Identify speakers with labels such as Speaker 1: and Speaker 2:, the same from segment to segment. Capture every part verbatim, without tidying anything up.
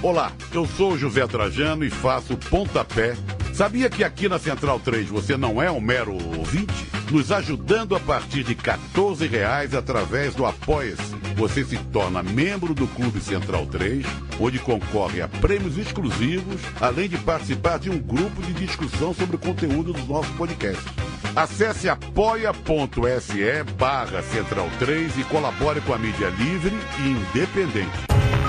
Speaker 1: Olá, eu sou o José Trajano e faço Pontapé. Sabia que aqui na Central três você não é um mero ouvinte? Nos ajudando a partir de quatorze reais através do Apoia-se. Você se torna membro do Clube Central três, onde concorre a prêmios exclusivos, além de participar de um grupo de discussão sobre o conteúdo dos nossos podcasts. Acesse apoia.se barra Central três e colabore com a mídia livre e independente.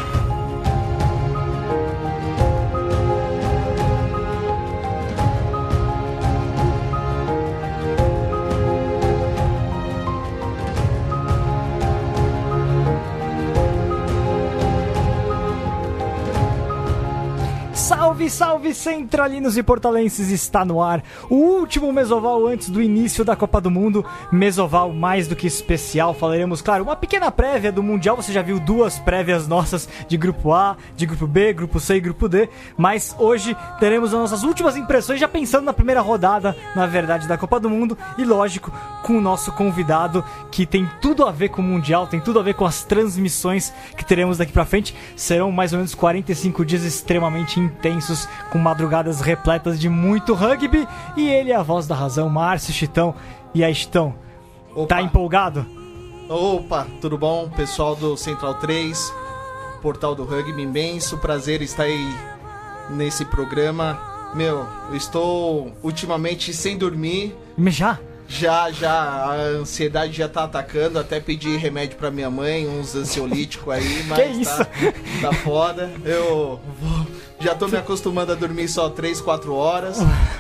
Speaker 2: Salve, salve, centralinos e portalenses, está no ar o último Mesoval antes do início da Copa do Mundo. Mesoval mais do que especial, falaremos, claro, uma pequena prévia do Mundial. Você já viu duas prévias nossas de Grupo A, de Grupo B, Grupo C e Grupo D. Mas hoje teremos as nossas últimas impressões, já pensando na primeira rodada, na verdade, da Copa do Mundo. E lógico, com o nosso convidado, que tem tudo a ver com o Mundial, tem tudo a ver com as transmissões que teremos daqui pra frente. Serão mais ou menos quarenta e cinco dias extremamente intensos, com madrugadas repletas de muito rugby. E ele é a voz da razão, Márcio Chitão. E aí, Chitão, tá empolgado?
Speaker 3: Opa, tudo bom? Pessoal do Central três, portal do rugby, imenso prazer estar aí nesse programa. Meu, eu estou ultimamente sem dormir.
Speaker 2: Mas já?
Speaker 3: Já, já, a ansiedade já tá atacando, até pedi remédio pra minha mãe, uns ansiolíticos aí, mas
Speaker 2: que isso?
Speaker 3: Tá, tá foda. Eu vou, já tô me acostumando a dormir só três, quatro horas.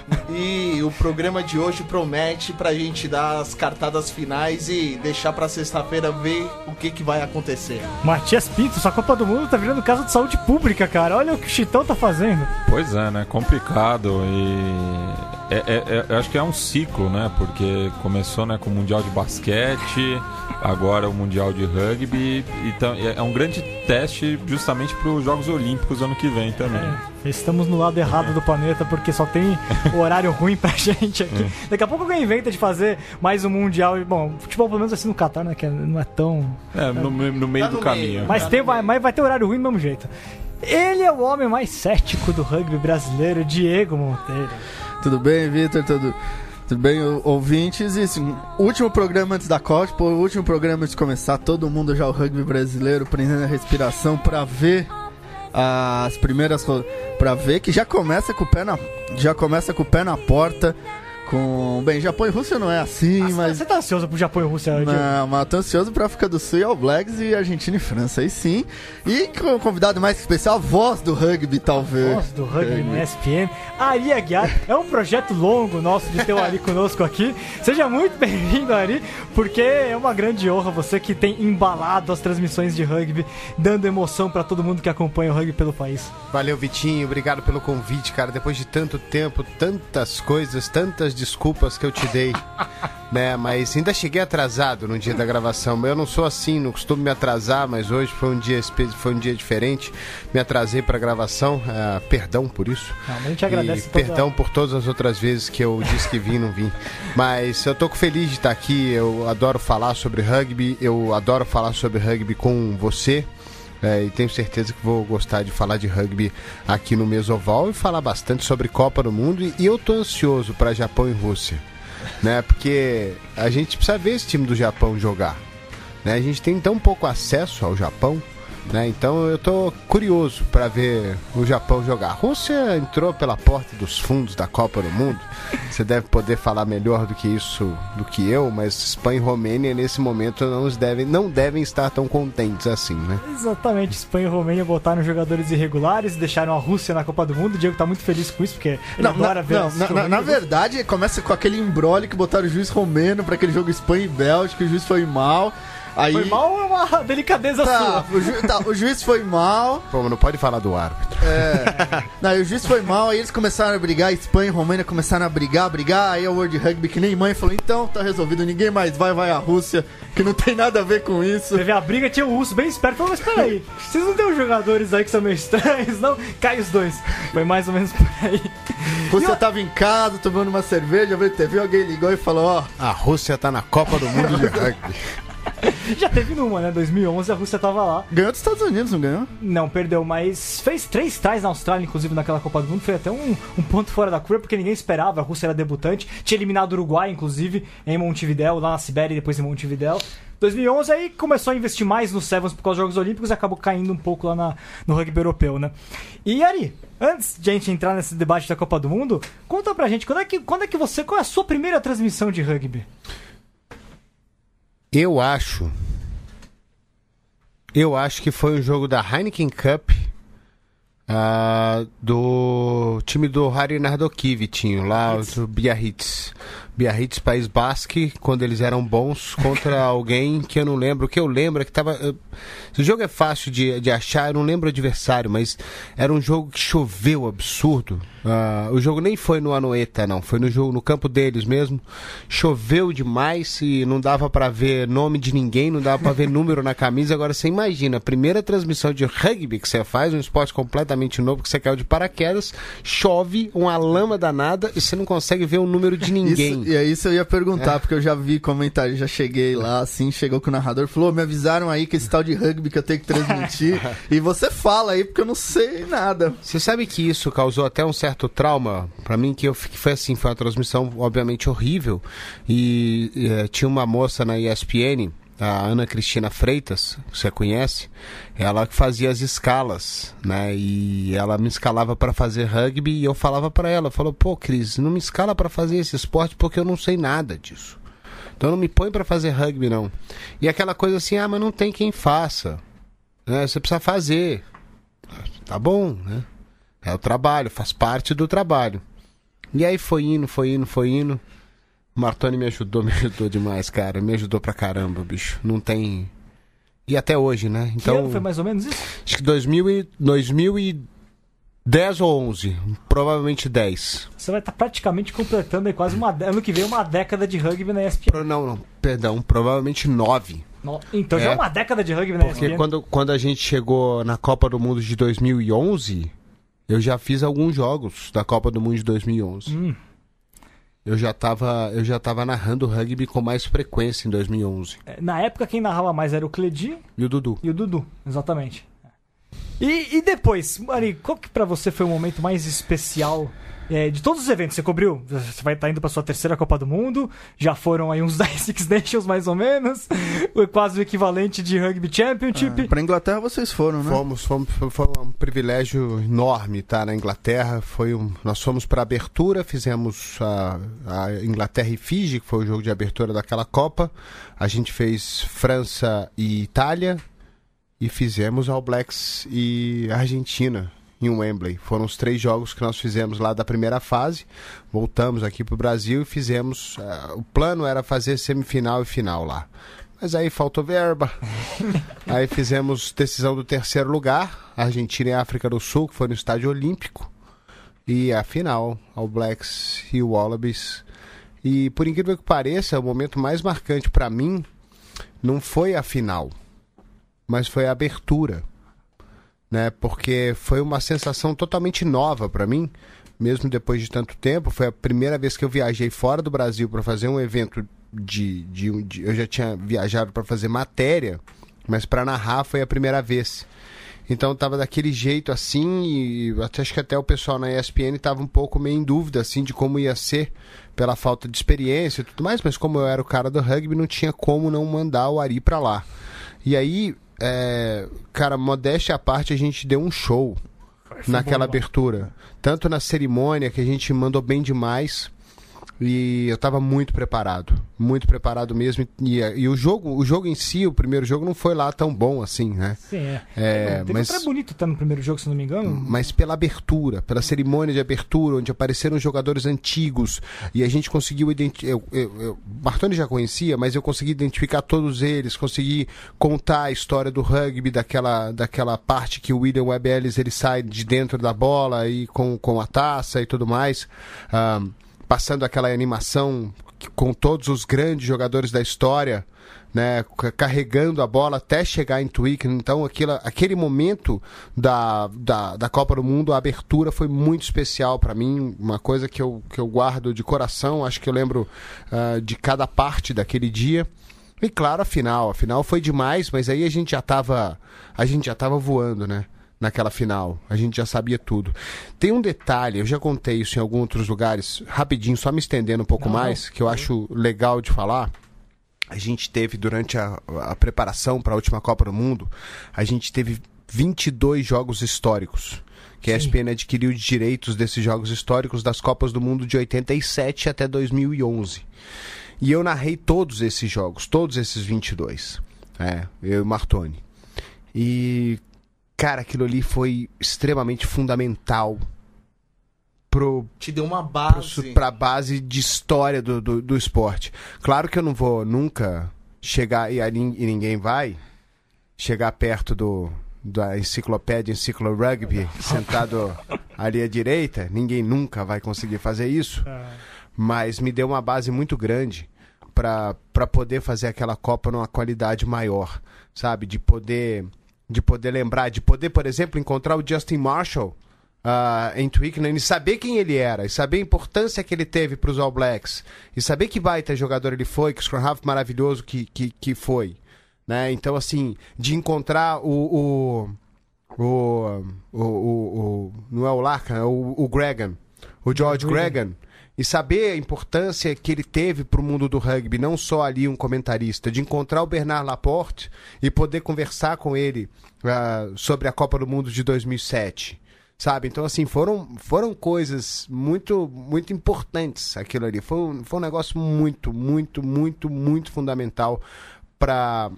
Speaker 3: E o programa de hoje promete pra gente dar as cartadas finais e deixar pra sexta-feira ver o que que vai acontecer.
Speaker 2: Matias Pinto, sua Copa do Mundo tá virando casa de saúde pública, cara. Olha o que o Chitão tá fazendo.
Speaker 4: Pois é, né? Complicado e... É, é, é, eu acho que é um ciclo, né? Porque começou, né, com o Mundial de Basquete, agora o Mundial de Rugby. Então é um grande teste justamente para os Jogos Olímpicos ano que vem também.
Speaker 2: É, estamos no lado errado do planeta porque só tem o horário ruim pra gente aqui. É. Daqui a pouco alguém inventa de fazer mais um Mundial. Bom, futebol pelo menos assim no Catar, né? Que não é tão...
Speaker 4: É, no, no meio tá do no caminho. Meio.
Speaker 2: Mas, tem, vai, mas vai ter horário ruim do mesmo jeito. Ele é o homem mais cético do rugby brasileiro, Diego Monteiro.
Speaker 5: Tudo bem, Vitor? Tudo, tudo bem, ouvintes? E assim, último programa antes da Copa, o último programa antes de começar, todo mundo já o rugby brasileiro prendendo a respiração pra ver as primeiras, pra ver que já começa com o pé na, já começa com o pé na porta. Com... Bem, Japão e Rússia não é assim, ah, mas...
Speaker 2: Você tá ansioso pro Japão e Rússia?
Speaker 5: Não, mas tô ansioso pra África do Sul e All Blacks e Argentina e França, aí sim. E com o convidado mais especial, a voz do rugby, talvez.
Speaker 2: A voz do rugby no E S P N, Ari Aguiar. É um projeto longo nosso de ter o Ari conosco aqui. Seja muito bem-vindo, Ari, porque é uma grande honra você que tem embalado as transmissões de rugby, dando emoção pra todo mundo que acompanha o rugby pelo país.
Speaker 6: Valeu, Vitinho, obrigado pelo convite, cara. Depois de tanto tempo, tantas coisas, tantas desculpas que eu te dei, né? Mas ainda cheguei atrasado no dia da gravação. Eu não sou assim, não costumo me atrasar, mas hoje foi um dia, foi um dia diferente. Me atrasei para a gravação, uh, perdão por isso.
Speaker 2: Não, mas a gente agradece.
Speaker 6: E perdão por todas as outras vezes que eu disse que vim e não vim. Mas eu tô feliz de estar aqui. Eu adoro falar sobre rugby, eu adoro falar sobre rugby com você. É, e tenho certeza que vou gostar de falar de rugby aqui no Mesoval e falar bastante sobre Copa do Mundo. E, e eu tô ansioso para Japão e Rússia, né? Porque a gente precisa ver esse time do Japão jogar, né? A gente tem tão pouco acesso ao Japão, né? Então eu tô curioso para ver o Japão jogar. A Rússia entrou pela porta dos fundos da Copa do Mundo. Você deve poder falar melhor do que isso, do que eu, mas Espanha e Romênia nesse momento não devem, não devem estar tão contentes assim, né?
Speaker 2: Exatamente, Espanha e Romênia botaram jogadores irregulares, deixaram a Rússia na Copa do Mundo. O Diego tá muito feliz com isso, porque ele
Speaker 5: não,
Speaker 2: adora
Speaker 5: na,
Speaker 2: ver...
Speaker 5: Não, na, na, na verdade, começa com aquele embrolho que botaram o juiz romeno para aquele jogo Espanha e Bélgica, o juiz foi mal. Aí...
Speaker 2: Foi mal é uma delicadeza
Speaker 5: tá,
Speaker 2: sua.
Speaker 5: O, ju... tá, o juiz foi mal.
Speaker 6: Pô, mas não pode falar do árbitro.
Speaker 5: É. Não, o juiz foi mal, aí eles começaram a brigar, Espanha e Romênia começaram a brigar, brigar, aí a World Rugby, que nem mãe, falou, então tá resolvido, ninguém mais vai, vai a Rússia, que não tem nada a ver com isso.
Speaker 2: Teve a briga, tinha o russo bem esperto, falou, mas peraí, vocês não tem uns jogadores aí que são meio estranhos, não? Cai os dois. Foi mais ou menos por aí.
Speaker 5: Rússia eu... tava em casa, tomando uma cerveja, vendo T V, alguém ligou e falou, ó...
Speaker 6: A Rússia tá na Copa do Mundo de Rugby.
Speaker 2: Já teve numa, né? dois mil e onze a Rússia tava lá.
Speaker 5: Ganhou dos Estados Unidos, não ganhou?
Speaker 2: Não, perdeu, mas fez três tries na Austrália, inclusive, naquela Copa do Mundo. Foi até um, um ponto fora da curva, porque ninguém esperava. A Rússia era debutante. Tinha eliminado o Uruguai, inclusive, em Montevidéu, lá na Sibéria e depois em Montevidéu. dois mil e onze aí começou a investir mais nos Sevens por causa dos Jogos Olímpicos e acabou caindo um pouco lá na, no rugby europeu, né? E Ari, antes de a gente entrar nesse debate da Copa do Mundo, conta pra gente, quando é que, quando é que você... Qual é a sua primeira transmissão de rugby?
Speaker 6: Eu acho... Eu acho que foi um jogo da Heineken Cup uh, do time do Harry Nardokivitinho, lá do Biarritz. Biarritz, País Basque, quando eles eram bons, contra alguém que eu não lembro. O que eu lembro é que tava... Uh, o jogo é fácil de, de achar, eu não lembro o adversário, mas era um jogo que choveu absurdo. Uh, o jogo nem foi no Anoeta, não. Foi no jogo no campo deles mesmo. Choveu demais e não dava pra ver nome de ninguém, não dava pra ver número na camisa. Agora você imagina, a primeira transmissão de rugby que você faz, um esporte completamente novo, que você caiu de paraquedas, chove, uma lama danada e você não consegue ver o número de ninguém.
Speaker 5: Isso, e é isso eu ia perguntar, é. porque eu já vi comentário, já cheguei lá, assim, chegou com o narrador, falou, me avisaram aí que esse tal de rugby que eu tenho que transmitir. E você fala aí, porque eu não sei nada.
Speaker 6: Você sabe que isso causou até um certo trauma pra mim, que, eu, que foi assim, foi uma transmissão obviamente horrível. E, e é, tinha uma moça na E S P N, a Ana Cristina Freitas, você conhece, ela que fazia as escalas, né, e ela me escalava para fazer rugby e eu falava para ela, falou, pô, Cris, não me escala para fazer esse esporte porque eu não sei nada disso, então não me põe para fazer rugby não. E aquela coisa assim, ah, mas não tem quem faça, né, você precisa fazer, tá bom, né, é o trabalho, faz parte do trabalho. E aí foi indo, foi indo, foi indo. O Martoni me ajudou, me ajudou demais, cara. Me ajudou pra caramba, bicho. Não tem... E até hoje, né? Então,
Speaker 2: que ano foi mais ou menos isso?
Speaker 6: Acho que dois mil e, dois mil e dez ou onze. Provavelmente dez.
Speaker 2: Você vai estar tá praticamente completando aí quase uma... Ano que vem uma década de rugby na E S P N.
Speaker 6: Pro, não, não. Perdão. Provavelmente nove.
Speaker 2: No... Então é, já é uma década de rugby na E S P N.
Speaker 6: Porque quando, quando a gente chegou na Copa do Mundo de dois mil e onze... Eu já fiz alguns jogos da Copa do Mundo de dois mil e onze. Hum. Eu já tava, eu já tava narrando rugby com mais frequência em dois mil e onze.
Speaker 2: Na época quem narrava mais era o Cledi
Speaker 6: e o Dudu.
Speaker 2: E o Dudu, exatamente. E, e depois, Mari, qual que pra você foi o momento mais especial é, de todos os eventos? Você cobriu? Você vai estar indo pra sua terceira Copa do Mundo, já foram aí uns dez Six Nations mais ou menos, quase o equivalente de Rugby Championship.
Speaker 5: Ah, pra Inglaterra vocês foram, né?
Speaker 6: Fomos, fomos, foi um privilégio enorme estar na Inglaterra. Foi um, nós fomos para abertura, fizemos a, a Inglaterra e Fiji, que foi o jogo de abertura daquela Copa. A gente fez França e Itália e fizemos All Blacks e Argentina em Wembley. Foram os três jogos que nós fizemos lá da primeira fase. Voltamos aqui pro Brasil e fizemos... Uh, o plano era fazer semifinal e final lá. Mas aí faltou verba. Aí fizemos decisão do terceiro lugar, Argentina e África do Sul, que foi no Estádio Olímpico. E a final, All Blacks e Wallabies. E por incrível que pareça, o momento mais marcante para mim não foi a final, mas foi a abertura. Né, porque foi uma sensação totalmente nova para mim, mesmo depois de tanto tempo. Foi a primeira vez que eu viajei fora do Brasil para fazer um evento de, de, de... Eu já tinha viajado para fazer matéria, mas para narrar foi a primeira vez. Então tava daquele jeito assim, e até, acho que até o pessoal na E S P N tava um pouco meio em dúvida assim, de como ia ser, pela falta de experiência e tudo mais, mas como eu era o cara do rugby, não tinha como não mandar o Ari para lá. E aí... É, cara, modéstia à parte, a gente deu um show foi, foi naquela bom, abertura. Tanto na cerimônia, que a gente mandou bem demais. E eu tava muito preparado. Muito preparado mesmo. E, e o jogo o jogo em si, o primeiro jogo, não foi lá tão bom assim, né?
Speaker 2: Sim, é.
Speaker 6: é
Speaker 2: Teve
Speaker 6: mas,
Speaker 2: até bonito estar no primeiro jogo, se não me engano.
Speaker 6: Mas pela abertura, pela cerimônia de abertura, onde apareceram jogadores antigos. E a gente conseguiu identificar... Eu, eu, eu, Martoni já conhecia, mas eu consegui identificar todos eles. Consegui contar a história do rugby, daquela, daquela parte que o William Webb Ellis, ele sai de dentro da bola e com, com a taça e tudo mais. Um, passando aquela animação com todos os grandes jogadores da história, né, carregando a bola até chegar em Twickenham. Então aquilo, aquele momento da, da, da Copa do Mundo, a abertura foi muito especial para mim, uma coisa que eu, que eu guardo de coração. Acho que eu lembro uh, de cada parte daquele dia. E claro, a final. A final foi demais, mas aí a gente já tava, a gente já tava voando, né? Naquela final. A gente já sabia tudo. Tem um detalhe, eu já contei isso em alguns outros lugares, rapidinho, só me estendendo um pouco
Speaker 2: Não,
Speaker 6: mais,
Speaker 2: não.
Speaker 6: que eu acho legal de falar. A gente teve, durante a, a preparação para a última Copa do Mundo, a gente teve vinte e dois jogos históricos. Que a E S P N adquiriu os direitos desses jogos históricos das Copas do Mundo de oitenta e sete até dois mil e onze. E eu narrei todos esses jogos, todos esses vinte e dois. É, eu e o Martoni. E, cara, aquilo ali foi extremamente fundamental pro,
Speaker 3: Te deu uma base.
Speaker 6: pro, pra base de história do, do, do esporte. Claro que eu não vou nunca chegar, e, ali, e ninguém vai, chegar perto do, da enciclopédia Enciclo Rugby, sentado ali à direita. Ninguém nunca vai conseguir fazer isso. Mas me deu uma base muito grande para poder fazer aquela Copa numa qualidade maior, sabe? De poder, de poder lembrar, de poder, por exemplo, encontrar o Justin Marshall uh, em Twickenham e saber quem ele era, e saber a importância que ele teve para os All Blacks, e saber que baita jogador ele foi, que scrum half maravilhoso que, que, que foi. Né? Então, assim, de encontrar o... o, o, o, o, o não é o Larkin, é o, o Gregan, o George Gregan, e saber a importância que ele teve para o mundo do rugby, não só ali um comentarista, de encontrar o Bernard Laporte e poder conversar com ele uh, sobre a Copa do Mundo de dois mil e sete, sabe? Então, assim, foram, foram coisas muito, muito importantes aquilo ali. Foi um, foi um negócio muito, muito, muito, muito fundamental para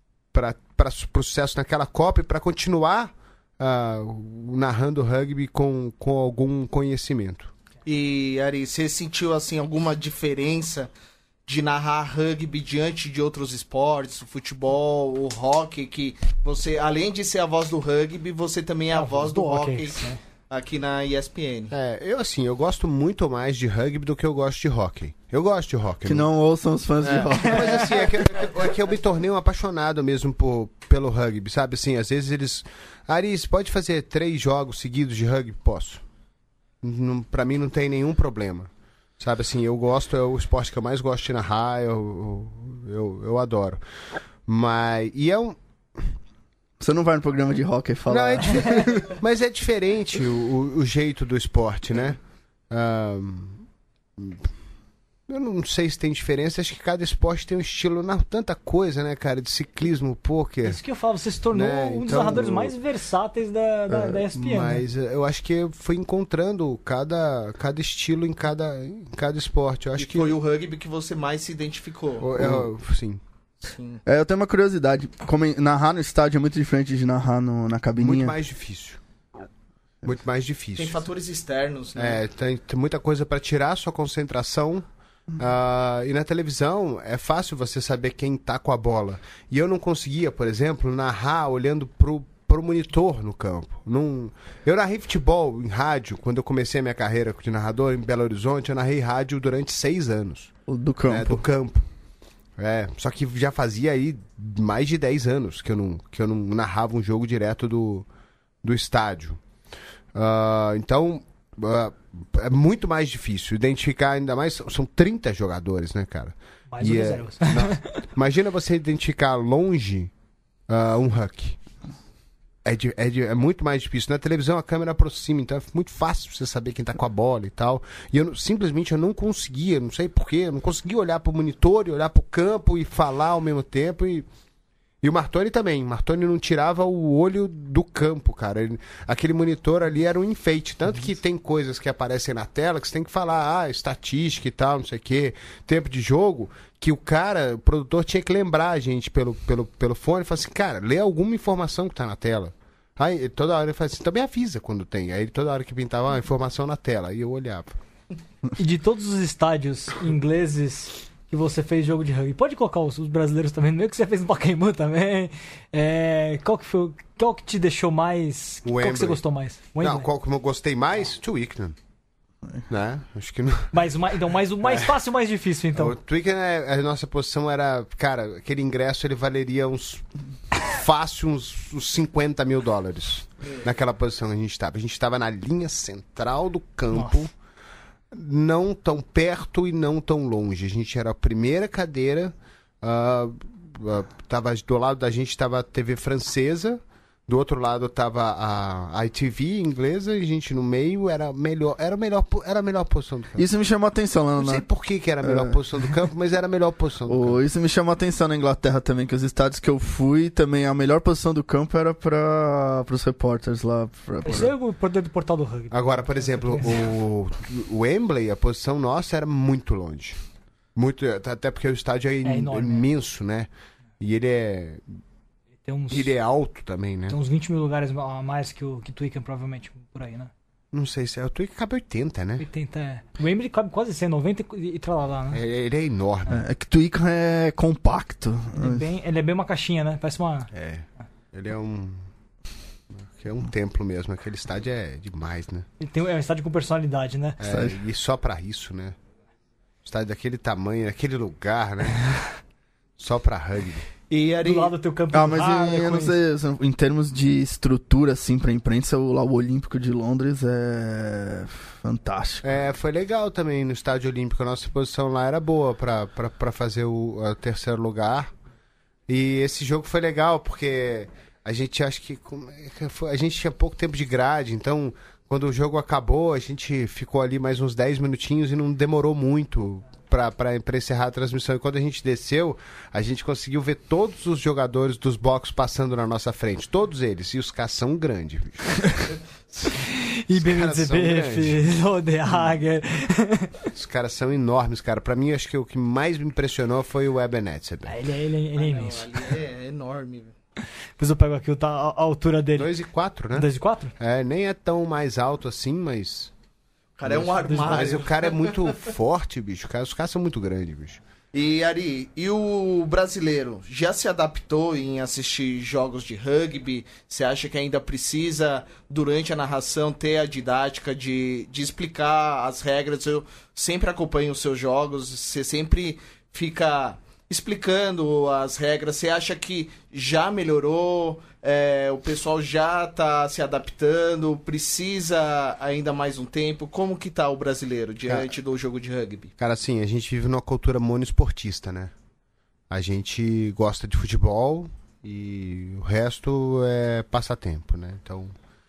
Speaker 6: o sucesso naquela Copa e para continuar uh, narrando rugby com, com algum conhecimento.
Speaker 3: E, Ari, você sentiu, assim, alguma diferença de narrar rugby diante de outros esportes, o futebol, o hóquei, que você, além de ser a voz do rugby, você também é a, a voz do, do hóquei, hóquei né? Aqui na E S P N.
Speaker 6: É, eu, assim, eu gosto muito mais de rugby do que eu gosto de hóquei. Eu gosto de hóquei.
Speaker 5: Que não ouçam os fãs
Speaker 6: é.
Speaker 5: de hóquei.
Speaker 6: Mas, assim, é que, é que eu me tornei um apaixonado mesmo por, pelo rugby, sabe? Assim, às vezes eles... Ari, você pode fazer três jogos seguidos de rugby? Posso. Não, pra mim não tem nenhum problema. Sabe assim, eu gosto, é o esporte que eu mais gosto de narrar, eu, eu, eu, eu adoro. Mas, e é um...
Speaker 5: Você não vai no programa de hóquei falar...
Speaker 6: Não, é diferente, mas é diferente o, o jeito do esporte, né? Um, eu não sei se tem diferença, acho que cada esporte tem um estilo, não, tanta coisa, né, cara, de ciclismo, pôquer.
Speaker 2: Isso que eu falo, você se tornou
Speaker 6: né?
Speaker 2: um dos
Speaker 6: então,
Speaker 2: narradores mais versáteis da, da,
Speaker 6: uh,
Speaker 2: da E S P N.
Speaker 6: Mas
Speaker 2: né?
Speaker 6: eu acho que eu fui encontrando cada, cada estilo em cada, em cada esporte. Eu acho
Speaker 3: e
Speaker 6: que
Speaker 3: foi o rugby que você mais se identificou.
Speaker 6: Eu, eu, sim.
Speaker 3: Sim.
Speaker 5: É, eu tenho uma curiosidade. Como narrar no estádio é muito diferente de narrar no, na cabininha.
Speaker 6: Muito mais difícil. Muito mais difícil.
Speaker 3: Tem fatores externos, né?
Speaker 6: É, tem, tem muita coisa para tirar a sua concentração. Uh, e na televisão é fácil você saber quem tá com a bola. E eu não conseguia, por exemplo, narrar olhando pro, pro monitor no campo. Não... Eu narrei futebol em rádio, quando eu comecei a minha carreira de narrador em Belo Horizonte, eu narrei rádio durante seis anos.
Speaker 5: Do campo.
Speaker 6: Né, do campo. É, só que já fazia aí mais de dez anos que eu não, que eu não narrava um jogo direto do, do estádio. Uh, então... Uh, é muito mais difícil identificar, ainda mais, são trinta jogadores, né, cara?
Speaker 2: Mais
Speaker 6: e
Speaker 2: um
Speaker 6: é,
Speaker 2: reservas.
Speaker 6: Imagina você identificar longe uh, um huck. É, de, é, de, é muito mais difícil. Na televisão a câmera aproxima, então é muito fácil você saber quem tá com a bola e tal. E eu simplesmente eu não conseguia, não sei porquê, eu não conseguia olhar pro monitor e olhar pro campo e falar ao mesmo tempo e... E o Martoni também. O Martoni não tirava o olho do campo, cara. Ele, aquele monitor ali era um enfeite. Tanto que tem coisas que aparecem na tela que você tem que falar, ah, estatística e tal, não sei o quê, tempo de jogo, que o cara, o produtor tinha que lembrar a gente pelo, pelo, pelo fone e falar assim, cara, lê alguma informação que tá na tela. Aí toda hora ele fala assim, também avisa quando tem. Aí ele toda hora que pintava a informação na tela. Aí eu olhava.
Speaker 2: E de todos os estádios ingleses... que você fez jogo de rugby. Pode colocar os, os brasileiros também no meio, que você fez no Pacaembu também. É, qual que foi, qual que te deixou mais...
Speaker 6: O
Speaker 2: qual
Speaker 6: Wembley.
Speaker 2: que você gostou mais? O
Speaker 6: Não, qual que eu gostei mais? Twickenham. Né? Acho que não...
Speaker 2: Mas, então, mais, o mais fácil e o mais difícil, então.
Speaker 6: O Twickenham, a nossa posição era... Cara, aquele ingresso ele valeria uns... Fácil uns, uns cinquenta mil dólares. Naquela posição que a gente estava. A gente estava na linha central do campo. Nossa. Não tão perto e não tão longe. A gente era a primeira cadeira Uh, uh, tava, do lado da gente tava a T V francesa, do outro lado tava a I T V inglesa, e a gente no meio era melhor, era a melhor, era a melhor posição do campo.
Speaker 5: Isso me chamou a atenção lá
Speaker 6: Não
Speaker 5: na...
Speaker 6: sei por que, que era a melhor
Speaker 5: É.
Speaker 6: posição do campo, mas era a melhor posição do
Speaker 5: Oh,
Speaker 6: campo.
Speaker 5: isso me chamou a atenção na Inglaterra também, que os estádios que eu fui, também a melhor posição do campo era para os repórteres lá. Pra, pra...
Speaker 2: Esse é o poder do portal do rugby.
Speaker 6: Agora, por exemplo, o, o Wembley, a posição nossa era muito longe. Muito, até porque o estádio é,
Speaker 2: É enorme,
Speaker 6: imenso, né? E ele é,
Speaker 2: Tem uns,
Speaker 6: ele é alto também, né?
Speaker 2: tem uns vinte mil lugares a mais que o que Twickenham, provavelmente, por aí, né?
Speaker 6: Não sei se é. O Twickenham cabe oitenta, né?
Speaker 2: oitenta, é. O Wembley cabe quase cem, noventa e, e tralalá, né?
Speaker 6: É, ele é enorme.
Speaker 5: É, é que Twickenham é compacto.
Speaker 2: Ele, é bem, ele é bem uma caixinha, né? Parece uma...
Speaker 6: É. Ele é um. É um templo mesmo. Aquele estádio é demais, né?
Speaker 2: Ele tem, é um estádio com personalidade, né?
Speaker 6: É, e só pra isso, né? Estádio daquele tamanho, daquele lugar, né? Só pra rugby.
Speaker 3: E Ari,
Speaker 2: Do lado do teu campo.
Speaker 5: Ah,
Speaker 2: de
Speaker 5: mas
Speaker 2: raia,
Speaker 5: eu, eu
Speaker 2: com
Speaker 5: não sei, assim, em termos de estrutura, assim, pra imprensa, o, lá, o Olímpico de Londres é fantástico.
Speaker 6: É, foi legal também no Estádio Olímpico. A nossa posição lá era boa pra, pra, pra fazer o, o terceiro lugar. E esse jogo foi legal, porque a gente acho que. como é que foi? A gente tinha pouco tempo de grade, então quando o jogo acabou, a gente ficou ali mais uns dez minutinhos e não demorou muito pra, pra, pra encerrar a transmissão. E quando a gente desceu, a gente conseguiu ver todos os jogadores dos boxes passando na nossa frente. Todos eles. E os caras são grandes, bicho.
Speaker 2: I B
Speaker 6: caras
Speaker 2: M
Speaker 6: são
Speaker 2: Z B F, Odehager.
Speaker 6: Os caras são enormes, cara. Pra mim, acho que o que mais me impressionou foi o Ebenezer.
Speaker 2: Ah, ele, é- ele, é- ele é imenso.
Speaker 3: Não, ali é enorme. velho.
Speaker 2: Depois eu pego aqui o ta- a, a altura dele.
Speaker 6: dois e quatro, né?
Speaker 2: dois e quatro?
Speaker 6: É, nem é tão mais alto assim, mas...
Speaker 3: O cara é um
Speaker 6: Mas
Speaker 3: armário.
Speaker 6: o cara é muito forte, bicho. O cara- Os caras são muito grandes, bicho.
Speaker 3: E Ari, e o brasileiro já se adaptou em assistir jogos de rugby? Você acha que ainda precisa, durante a narração, ter a didática de, de explicar as regras? Eu sempre acompanho os seus jogos, você sempre fica explicando as regras. Você acha que já melhorou? É, o pessoal já tá se adaptando? Precisa ainda mais um tempo? Como que tá o brasileiro diante do jogo de rugby?
Speaker 6: Cara, assim, a gente vive numa cultura monoesportista, né? A gente gosta de futebol e o resto é passatempo, né? Então,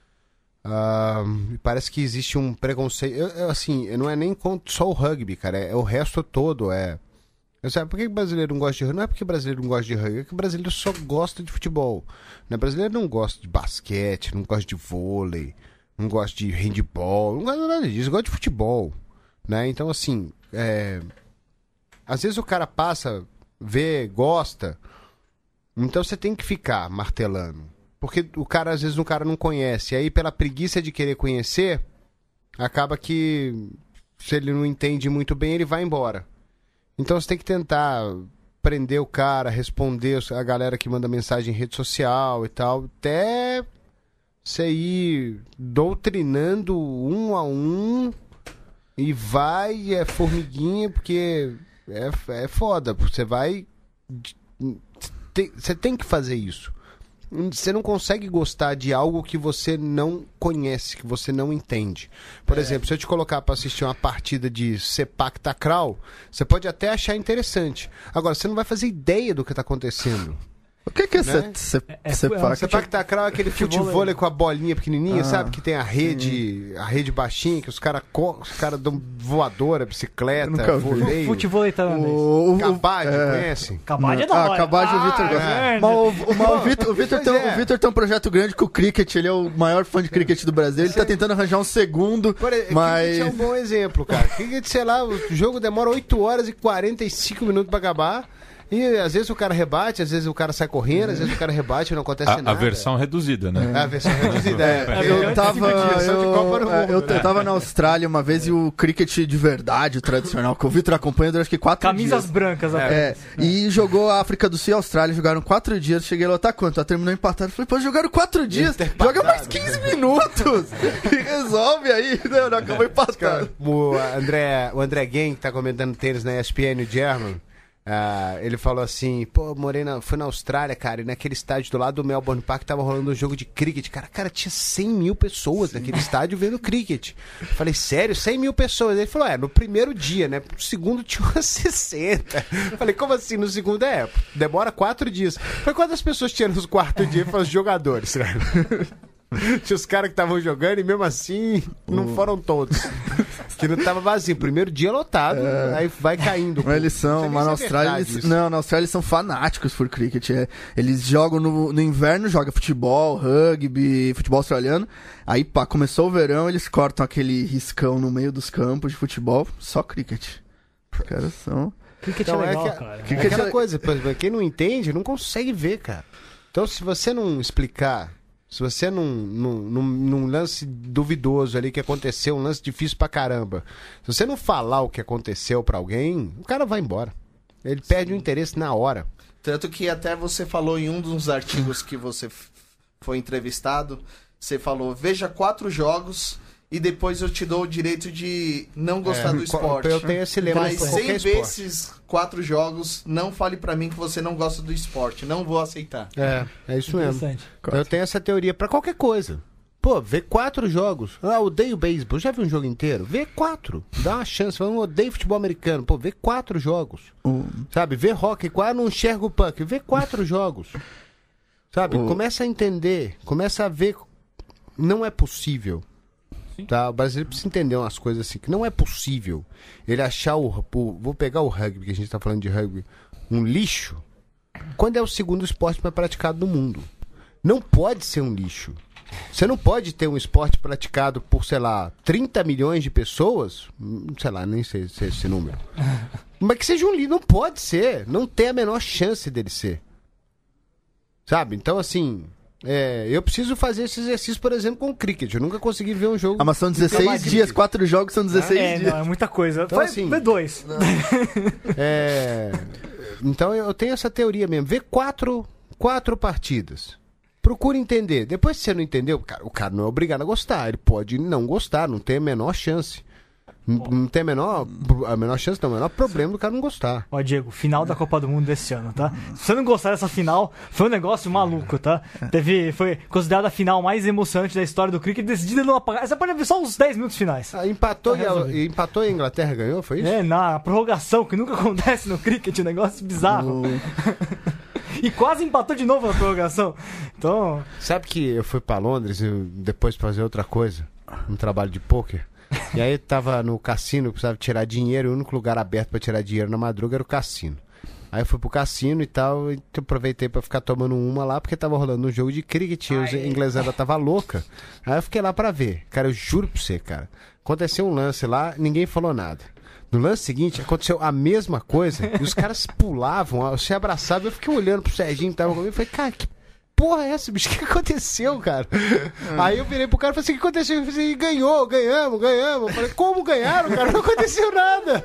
Speaker 6: ah, parece que existe um preconceito. Eu, eu, assim, não é nem contra só o rugby, cara. É, é o resto todo. É. Eu sei, por que o brasileiro não gosta de rugby? Não é porque o brasileiro não gosta de rugby, é que o brasileiro só gosta de futebol. Né? O brasileiro não gosta de basquete, não gosta de vôlei, não gosta de handball, não gosta de nada disso, gosta de futebol. Né? Então, assim, é... às vezes o cara passa, vê, gosta, então você tem que ficar martelando. Porque o cara, às vezes, o cara não conhece. E aí, pela preguiça de querer conhecer, acaba que, se ele não entende muito bem, ele vai embora. Então você tem que tentar prender o cara, responder a galera que manda mensagem em rede social e tal, até você ir doutrinando um a um e vai, é formiguinha, porque é, é foda, você vai... Tem, você tem que fazer isso. Você não consegue gostar de algo que você não conhece, que você não entende. Por é. exemplo, se eu te colocar para assistir uma partida de Sepak Takraw, você pode até achar interessante. Agora, você não vai fazer ideia do que está acontecendo.
Speaker 5: O que, que é
Speaker 6: Né?
Speaker 5: Sepak?
Speaker 6: Sepak Takraw é aquele futebol com a bolinha pequenininha,
Speaker 5: Ah,
Speaker 6: sabe? Que tem a rede, a rede baixinha, que os caras os cara dão voadora, bicicleta,
Speaker 5: nunca vi.
Speaker 6: voleio.
Speaker 2: Futebol tailandês.
Speaker 5: O, o,
Speaker 6: Cabade,
Speaker 5: é.
Speaker 6: conhece?
Speaker 2: Cabade é da
Speaker 5: Ah,
Speaker 2: hora.
Speaker 5: Cabade o Vitor
Speaker 2: Ah,
Speaker 5: gosta.
Speaker 2: merda.
Speaker 5: Mas o, o, mas o Vitor, o Vitor
Speaker 6: Pois
Speaker 5: tem,
Speaker 6: é.
Speaker 5: o Vitor tem um projeto grande com o cricket, ele é o maior fã de cricket do Brasil, ele tá tentando arranjar um segundo,
Speaker 6: Por exemplo,
Speaker 5: mas...
Speaker 6: Cricket é um bom exemplo, cara. Cricket, sei lá, o jogo demora oito horas e quarenta e cinco minutos pra acabar. E às vezes o cara rebate, às vezes o cara sai correndo, às vezes o cara rebate e não acontece
Speaker 4: A,
Speaker 6: nada.
Speaker 4: a versão reduzida, né?
Speaker 6: É a versão reduzida. É,
Speaker 5: É,
Speaker 6: porque-
Speaker 5: eu tava,
Speaker 6: dias, de Copa do
Speaker 5: eu, é,
Speaker 6: Mundo,
Speaker 5: eu,
Speaker 6: né?
Speaker 5: eu tava na Austrália uma vez e o cricket de verdade, o tradicional, que o Vitor acompanha durante acho que quatro
Speaker 2: Camisas
Speaker 5: dias.
Speaker 2: brancas. apenas.
Speaker 5: É, e jogou a África do Sul e a Austrália, jogaram quatro dias, cheguei lá, tá quanto? Tá, terminou empatado. Falei, pô, jogaram quatro dias, joga mais quinze minutos e resolve aí. Não, não acabou empatado.
Speaker 6: O André, o André Gang, que tá comentando tênis na E S P N, o German, Ah, ele falou assim, pô, morei na, fui na Austrália, cara, e naquele estádio do lado do Melbourne Park tava rolando um jogo de cricket. Cara, cara, tinha cem mil pessoas Sim. naquele estádio vendo cricket. Eu falei, sério, cem mil pessoas? Ele falou, é, no primeiro dia, né? No segundo tinha umas sessenta. Eu falei, como assim no segundo? É, demora quatro dias. Eu falei, quantas pessoas tinham nos quarto dia para os jogadores, cara? Tinha os caras que estavam jogando e mesmo assim não foram todos. Que não tava vazio. Primeiro dia lotado, é... aí vai caindo.
Speaker 5: Mas eles são, mas na Austrália eles, não, na Austrália eles são fanáticos por cricket. É. Eles jogam no, no inverno, jogam futebol, rugby, futebol australiano. Aí pá, começou o verão, eles cortam aquele riscão no meio dos campos de futebol, só cricket. Os caras são...
Speaker 2: Cricket
Speaker 6: então,
Speaker 2: é legal,
Speaker 6: é que,
Speaker 2: cara.
Speaker 6: É aquela coisa, por exemplo, quem não entende não consegue ver, cara. Então se você não explicar, se você não, num, num, num lance duvidoso ali que aconteceu, um lance difícil pra caramba, se você não falar o que aconteceu pra alguém, o cara vai embora. Ele Sim. perde o interesse na hora.
Speaker 3: Tanto que até você falou em um dos artigos que você foi entrevistado, você falou, veja quatro jogos e depois eu te dou o direito de não gostar é, do esporte.
Speaker 6: Eu tenho esse lema.
Speaker 3: Mas sem ver esses quatro jogos, não fale pra mim que você não gosta do esporte. Não vou aceitar.
Speaker 6: É, é isso mesmo. Eu tenho essa teoria pra qualquer coisa. Pô, vê quatro jogos. Ah, odeio beisebol. Já viu um jogo inteiro? Vê quatro. Dá uma chance. Eu não odeio futebol americano. Pô, vê quatro jogos. Uh. Sabe? Vê hockey. Quase não enxerga o puck. Vê quatro jogos. Sabe? Uh. Começa a entender. Começa a ver. Não é possível. Tá? O brasileiro precisa entender umas coisas assim, que não é possível ele achar o, o... Vou pegar o rugby, que a gente tá falando de rugby, um lixo, quando é o segundo esporte mais praticado no mundo. Não pode ser um lixo. Você não pode ter um esporte praticado por, sei lá, trinta milhões de pessoas, sei lá, nem sei se é esse número, mas que seja um lixo. Não pode ser. Não tem a menor chance dele ser. Sabe? Então, assim... É, eu preciso fazer esse exercício, por exemplo, com o cricket. Eu nunca consegui ver um jogo.
Speaker 5: Ah, mas são dezesseis dias, quatro jogos são dezesseis
Speaker 2: é,
Speaker 5: dias.
Speaker 2: Não, é muita coisa.
Speaker 6: Então,
Speaker 2: Foi
Speaker 6: assim,
Speaker 2: ver dois.
Speaker 6: É, então eu tenho essa teoria mesmo. Vê quatro, quatro partidas. Procura entender. Depois que você não entendeu, cara, o cara não é obrigado a gostar. Ele pode não gostar, não tem a menor chance. Não, não tem a menor, a menor chance, não, o menor problema do cara não gostar.
Speaker 2: Ó, Diego, final da Copa do Mundo desse ano, tá? Se você não gostar dessa final, foi um negócio maluco, tá? Teve, foi considerada a final mais emocionante da história do cricket, decidida não apagar. Você pode ver só os dez minutos finais.
Speaker 6: Ah, empatou, tá e a, empatou e a Inglaterra ganhou, foi isso?
Speaker 2: É, na prorrogação, que nunca acontece no cricket, um negócio bizarro. Uh. E quase empatou de novo na prorrogação. Então...
Speaker 6: Sabe que eu fui pra Londres e depois fazer outra coisa? Um trabalho de pôquer. E aí eu tava no cassino, precisava tirar dinheiro, e o único lugar aberto pra tirar dinheiro na madruga era o cassino. Aí eu fui pro cassino e tal, e aproveitei pra ficar tomando uma lá, porque tava rolando um jogo de cricket, e a inglesada tava louca. Aí eu fiquei lá pra ver. Cara, eu juro pra você, cara, aconteceu um lance lá, ninguém falou nada. No lance seguinte, aconteceu a mesma coisa, e os caras pulavam, se abraçavam, eu fiquei olhando pro Serginho que tava comigo, e falei, cara, que porra é essa, bicho? O que aconteceu, cara? Aí eu virei pro cara e falei assim, o que aconteceu? Eu falei assim, ganhou, ganhamos, ganhamos. Eu falei, como ganharam, cara? Não aconteceu nada.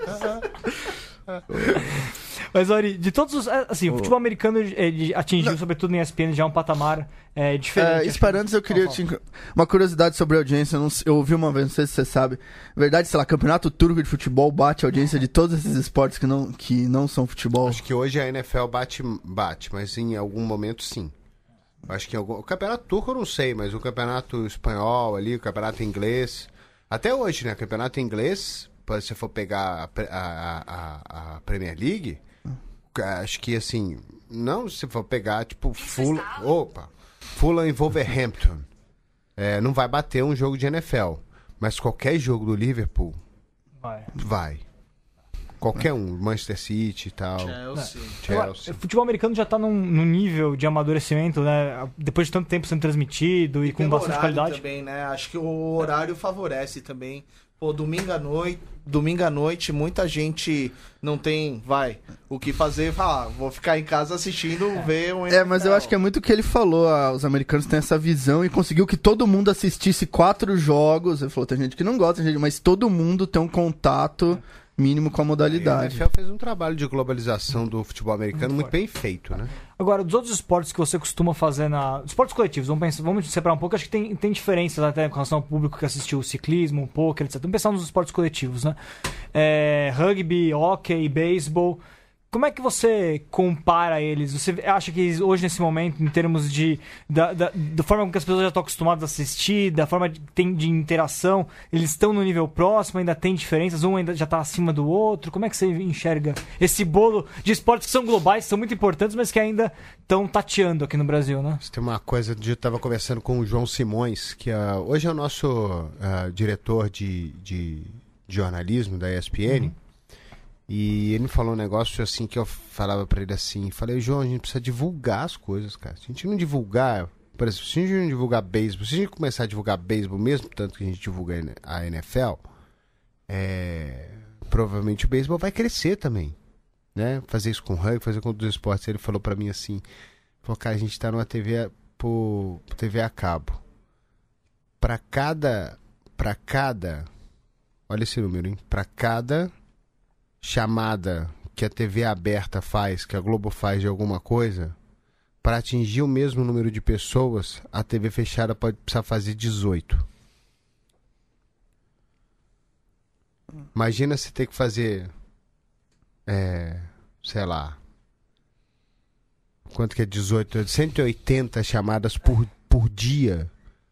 Speaker 2: Mas, Ori, de todos os... Assim, o futebol americano ele atingiu, não. sobretudo em E S P N, já um patamar é, diferente.
Speaker 5: É, Esperantes, eu queria... Te... Uma curiosidade sobre a audiência, eu, não... eu ouvi uma vez, não sei se você sabe. Na verdade, sei lá, campeonato turco de futebol bate a audiência de todos esses esportes que não, que não são futebol.
Speaker 6: Acho que hoje a N F L bate, bate, mas em algum momento sim. Acho que em algum... O campeonato turco eu não sei, mas o campeonato espanhol ali, o campeonato inglês... Até hoje, né? O campeonato inglês, se você for pegar a, a, a, a Premier League, acho que assim... Não se for pegar, tipo, Fulham... Opa! Fulham e Wolverhampton. É, não vai bater um jogo de N F L. Mas qualquer jogo do Liverpool... Vai. Vai. Qualquer um, Manchester City e tal.
Speaker 3: Chelsea.
Speaker 2: Chelsea. O futebol americano já tá num, num nível de amadurecimento, né? Depois de tanto tempo sendo transmitido e, e com bastante qualidade.
Speaker 3: Também, né? Acho que o horário favorece também. Pô, domingo à noite, domingo à noite, muita gente não tem, vai, o que fazer, fala, ah, vou ficar em casa assistindo, é. ver um...
Speaker 5: É, mas eu acho que é muito o que ele falou, ah, os americanos têm essa visão e conseguiu que todo mundo assistisse quatro jogos. Ele falou, tem gente que não gosta, gente, mas todo mundo tem um contato... mínimo com a modalidade.
Speaker 6: A N F L fez um trabalho de globalização do futebol americano muito, muito bem feito, né?
Speaker 2: Agora, dos outros esportes que você costuma fazer na... Esportes coletivos, vamos, pensar, vamos separar um pouco, acho que tem, tem diferenças até com relação ao público que assistiu o ciclismo, o pôquer, etcétera. Vamos pensar nos esportes coletivos, né? É, rugby, hóquei, beisebol. como é que você compara eles? Você acha que hoje, nesse momento, em termos de da, da, da forma com que as pessoas já estão acostumadas a assistir, da forma que tem de interação, eles estão no nível próximo, ainda tem diferenças, um ainda já está acima do outro? Como é que você enxerga esse bolo de esportes que são globais, que são muito importantes, mas que ainda estão tateando aqui no Brasil, né?
Speaker 6: Tem uma coisa, eu estava conversando com o João Simões, que uh, hoje é o nosso uh, diretor de, de, de jornalismo da E S P N, uhum. E ele me falou um negócio assim que eu falava pra ele assim, falei, João, a gente precisa divulgar as coisas, cara. Se a gente não divulgar, por exemplo, se a gente não divulgar beisebol, se a gente começar a divulgar beisebol mesmo, tanto que a gente divulga a N F L, é, provavelmente o beisebol vai crescer também, né? Fazer isso com o rugby, fazer com outros esportes. Ele falou pra mim assim, falou, cara, a gente tá numa T V por T V a cabo. Pra cada, pra cada, olha esse número, hein? Pra cada chamada que a T V aberta faz, que a Globo faz de alguma coisa, para atingir o mesmo número de pessoas, a T V fechada pode precisar fazer dezoito. Imagina você ter que fazer, é, sei lá, quanto que é dezoito? cento e oitenta chamadas por, por dia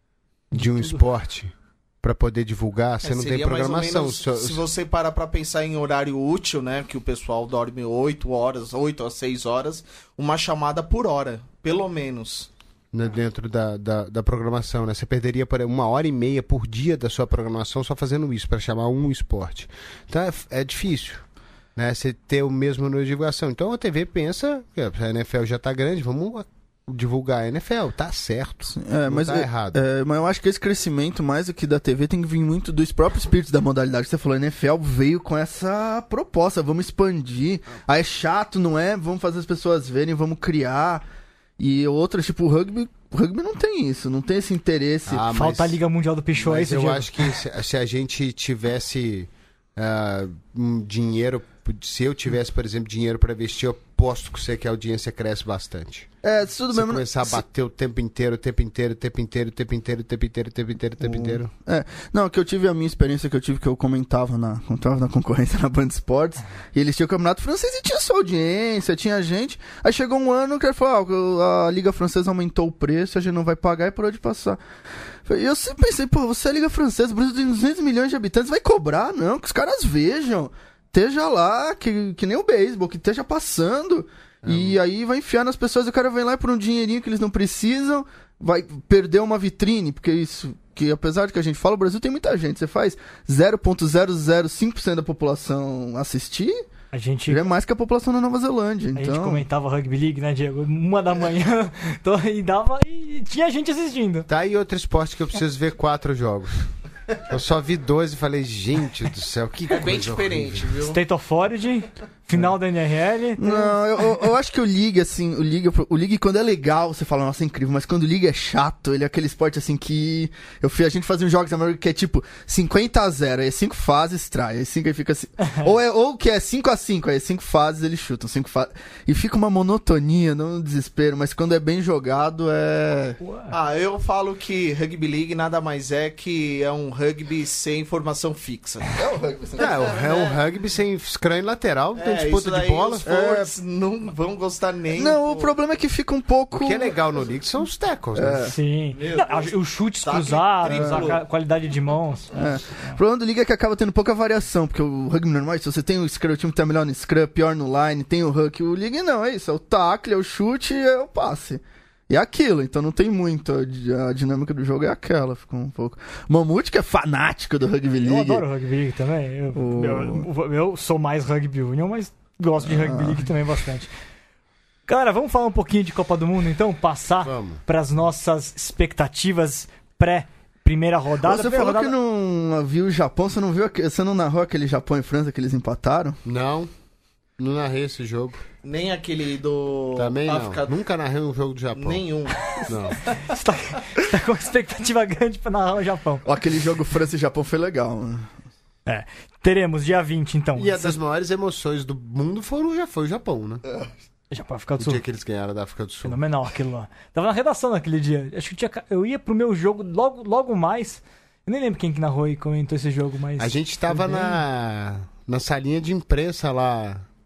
Speaker 6: de um esporte. Pra poder divulgar, você é, não tem programação.
Speaker 3: Menos, só... Se você parar pra pensar em horário útil, né? Que o pessoal dorme oito horas, oito a seis horas, uma chamada por hora, pelo menos.
Speaker 6: Dentro da, da, da programação, né? Você perderia por uma hora e meia por dia da sua programação só fazendo isso, pra chamar um esporte. Então é, é difícil, né? Você ter o mesmo número de divulgação. Então a T V pensa, que a N F L já tá grande, vamos divulgar a N F L, tá certo.
Speaker 5: É,
Speaker 6: não
Speaker 5: mas
Speaker 6: tá
Speaker 5: é,
Speaker 6: errado.
Speaker 5: É, mas eu acho que esse crescimento, mais do que da T V, tem que vir muito dos próprios espíritos da modalidade. Você falou, a N F L veio com essa proposta, vamos expandir. Aí é chato, não é? Vamos fazer as pessoas verem, vamos criar. E outras, tipo, o rugby, o rugby não tem isso, não tem esse interesse.
Speaker 2: Ah, mas, falta a Liga Mundial do Pichot, é isso,
Speaker 6: eu
Speaker 2: Diego?
Speaker 6: acho que se, se a gente tivesse uh, um dinheiro, se eu tivesse, por exemplo, dinheiro para investir, eu aposto que você que a audiência cresce bastante.
Speaker 5: É, tudo
Speaker 6: se
Speaker 5: mesmo.
Speaker 6: começar a bater o tempo inteiro, o tempo inteiro, o tempo inteiro, o tempo inteiro, o tempo inteiro, o tempo inteiro, o tempo inteiro.
Speaker 5: É, não, que eu tive a minha experiência que eu tive, que eu comentava na, comentava na concorrência na Band Esportes, e eles tinham o campeonato francês e tinha sua audiência, tinha gente. Aí chegou um ano que ele falou, ah, a Liga Francesa aumentou o preço, a gente não vai pagar e parou de passar. E eu sempre pensei, pô, você é a Liga Francesa, o Brasil tem duzentos milhões de habitantes, vai cobrar? Não, que os caras vejam. Esteja lá, que, que nem o beisebol, que esteja passando. É. E aí vai enfiar nas pessoas, o cara vem lá por um dinheirinho que eles não precisam, vai perder uma vitrine, porque isso, que apesar de que a gente fala, o Brasil tem muita gente. Você faz zero vírgula zero zero cinco por cento da população assistir,
Speaker 2: a gente...
Speaker 5: é mais que a população da Nova Zelândia. Então...
Speaker 2: A gente comentava Rugby League, né, Diego? Uma da manhã, então, e dava e tinha gente assistindo.
Speaker 6: Tá aí outro esporte que eu preciso ver quatro jogos. Eu só vi dois e falei, gente do céu, que coisa
Speaker 3: é bem diferente,
Speaker 6: horrível.
Speaker 3: viu?
Speaker 2: State of Origin, final da N R L. Tem...
Speaker 5: Não, eu, eu, eu acho que o League, assim, o League, o League quando é legal, você fala, nossa, é incrível, mas quando o League é chato, ele é aquele esporte, assim, que eu fui, a gente fazia uns jogos na América que é tipo cinquenta a zero, aí é cinco fases, trai, aí cinco aí fica assim, ou, é, ou que é cinco a cinco, aí é cinco fases, eles chutam, cinco fases, e fica uma monotonia, não um desespero, mas quando é bem jogado, é...
Speaker 3: Ah, eu falo que Rugby League nada mais é que é um rugby sem formação fixa.
Speaker 5: É o rugby sem...
Speaker 6: É, o, é um rugby sem scrum lateral, não tem
Speaker 3: É,
Speaker 6: disputa
Speaker 3: isso
Speaker 6: de
Speaker 3: daí
Speaker 6: bola.
Speaker 3: Os forwards não vão gostar nem.
Speaker 5: Não, o
Speaker 3: pô.
Speaker 5: problema é que fica um pouco...
Speaker 6: O que é legal no League são os tackles, né?
Speaker 2: Sim.
Speaker 3: Meu
Speaker 2: Não,
Speaker 3: Deus.
Speaker 2: os chutes
Speaker 3: Tá
Speaker 2: cruzados,
Speaker 3: triplo.
Speaker 2: a qualidade de mãos.
Speaker 5: É. O problema do Liga é que acaba tendo pouca variação, porque o rugby normal, se você tem o scrum, o time tá melhor no scrum, pior no line, tem o hook, o Liga não, é isso, é o tackle, é o chute e é o passe. E é aquilo, então não tem muito, a, a dinâmica do jogo é aquela, ficou um pouco... Mamute, que é fanático do Rugby League.
Speaker 2: Eu adoro Rugby League também, eu,
Speaker 5: O-
Speaker 2: eu, eu- eu sou mais Rugby Union, mas gosto de Rugby League também bastante. Galera, vamos falar um pouquinho de Copa do Mundo então, passar
Speaker 6: Vamos.
Speaker 2: para as nossas expectativas pré-primeira rodada.
Speaker 5: Você
Speaker 2: Primeira
Speaker 5: falou
Speaker 2: rodada...
Speaker 5: que não viu o Japão, você não viu, aque- você não narrou aquele Japão e França que eles empataram?
Speaker 6: Não, não narrei esse jogo.
Speaker 3: Nem aquele do.
Speaker 6: Também
Speaker 3: África...
Speaker 6: não. Nunca narrei um jogo do Japão.
Speaker 3: Nenhum.
Speaker 6: Não.
Speaker 2: Você tá, você tá com uma expectativa grande para narrar o Japão.
Speaker 5: Ó, aquele jogo França e Japão foi legal, né?
Speaker 2: É. Teremos dia vinte, então.
Speaker 6: E a das maiores emoções do mundo foram, já foi o Japão, né?
Speaker 2: Japão, África do
Speaker 6: O
Speaker 2: Sul.
Speaker 6: dia que eles ganharam da África do Sul.
Speaker 2: Fenomenal aquilo lá. Tava na redação naquele dia. Acho que tinha, eu ia pro meu jogo logo, logo mais. Eu nem lembro quem que narrou e comentou esse jogo, mas.
Speaker 6: A gente tava
Speaker 2: Foi bem-
Speaker 6: na, na salinha de imprensa lá,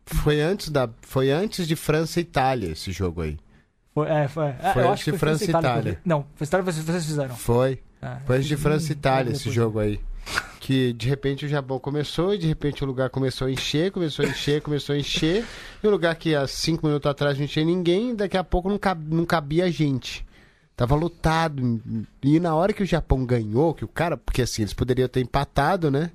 Speaker 6: foi antes, da, foi antes de França e Itália esse jogo aí.
Speaker 2: Foi, é, foi. É,
Speaker 6: Foi
Speaker 2: eu
Speaker 6: antes
Speaker 2: acho que
Speaker 6: de
Speaker 2: foi
Speaker 6: França e Itália.
Speaker 2: Não, foi Itália que vocês fizeram.
Speaker 6: Foi.
Speaker 2: É,
Speaker 6: Foi antes de França e Itália
Speaker 2: hum,
Speaker 6: esse jogo aí. Que de repente o Japão começou e de repente o lugar começou a encher, começou a encher, começou a encher. E um lugar que há cinco minutos atrás não tinha ninguém, daqui a pouco não cabia, não cabia gente. Tava lotado. E na hora que o Japão ganhou, que o cara... Porque assim, eles poderiam ter empatado, né?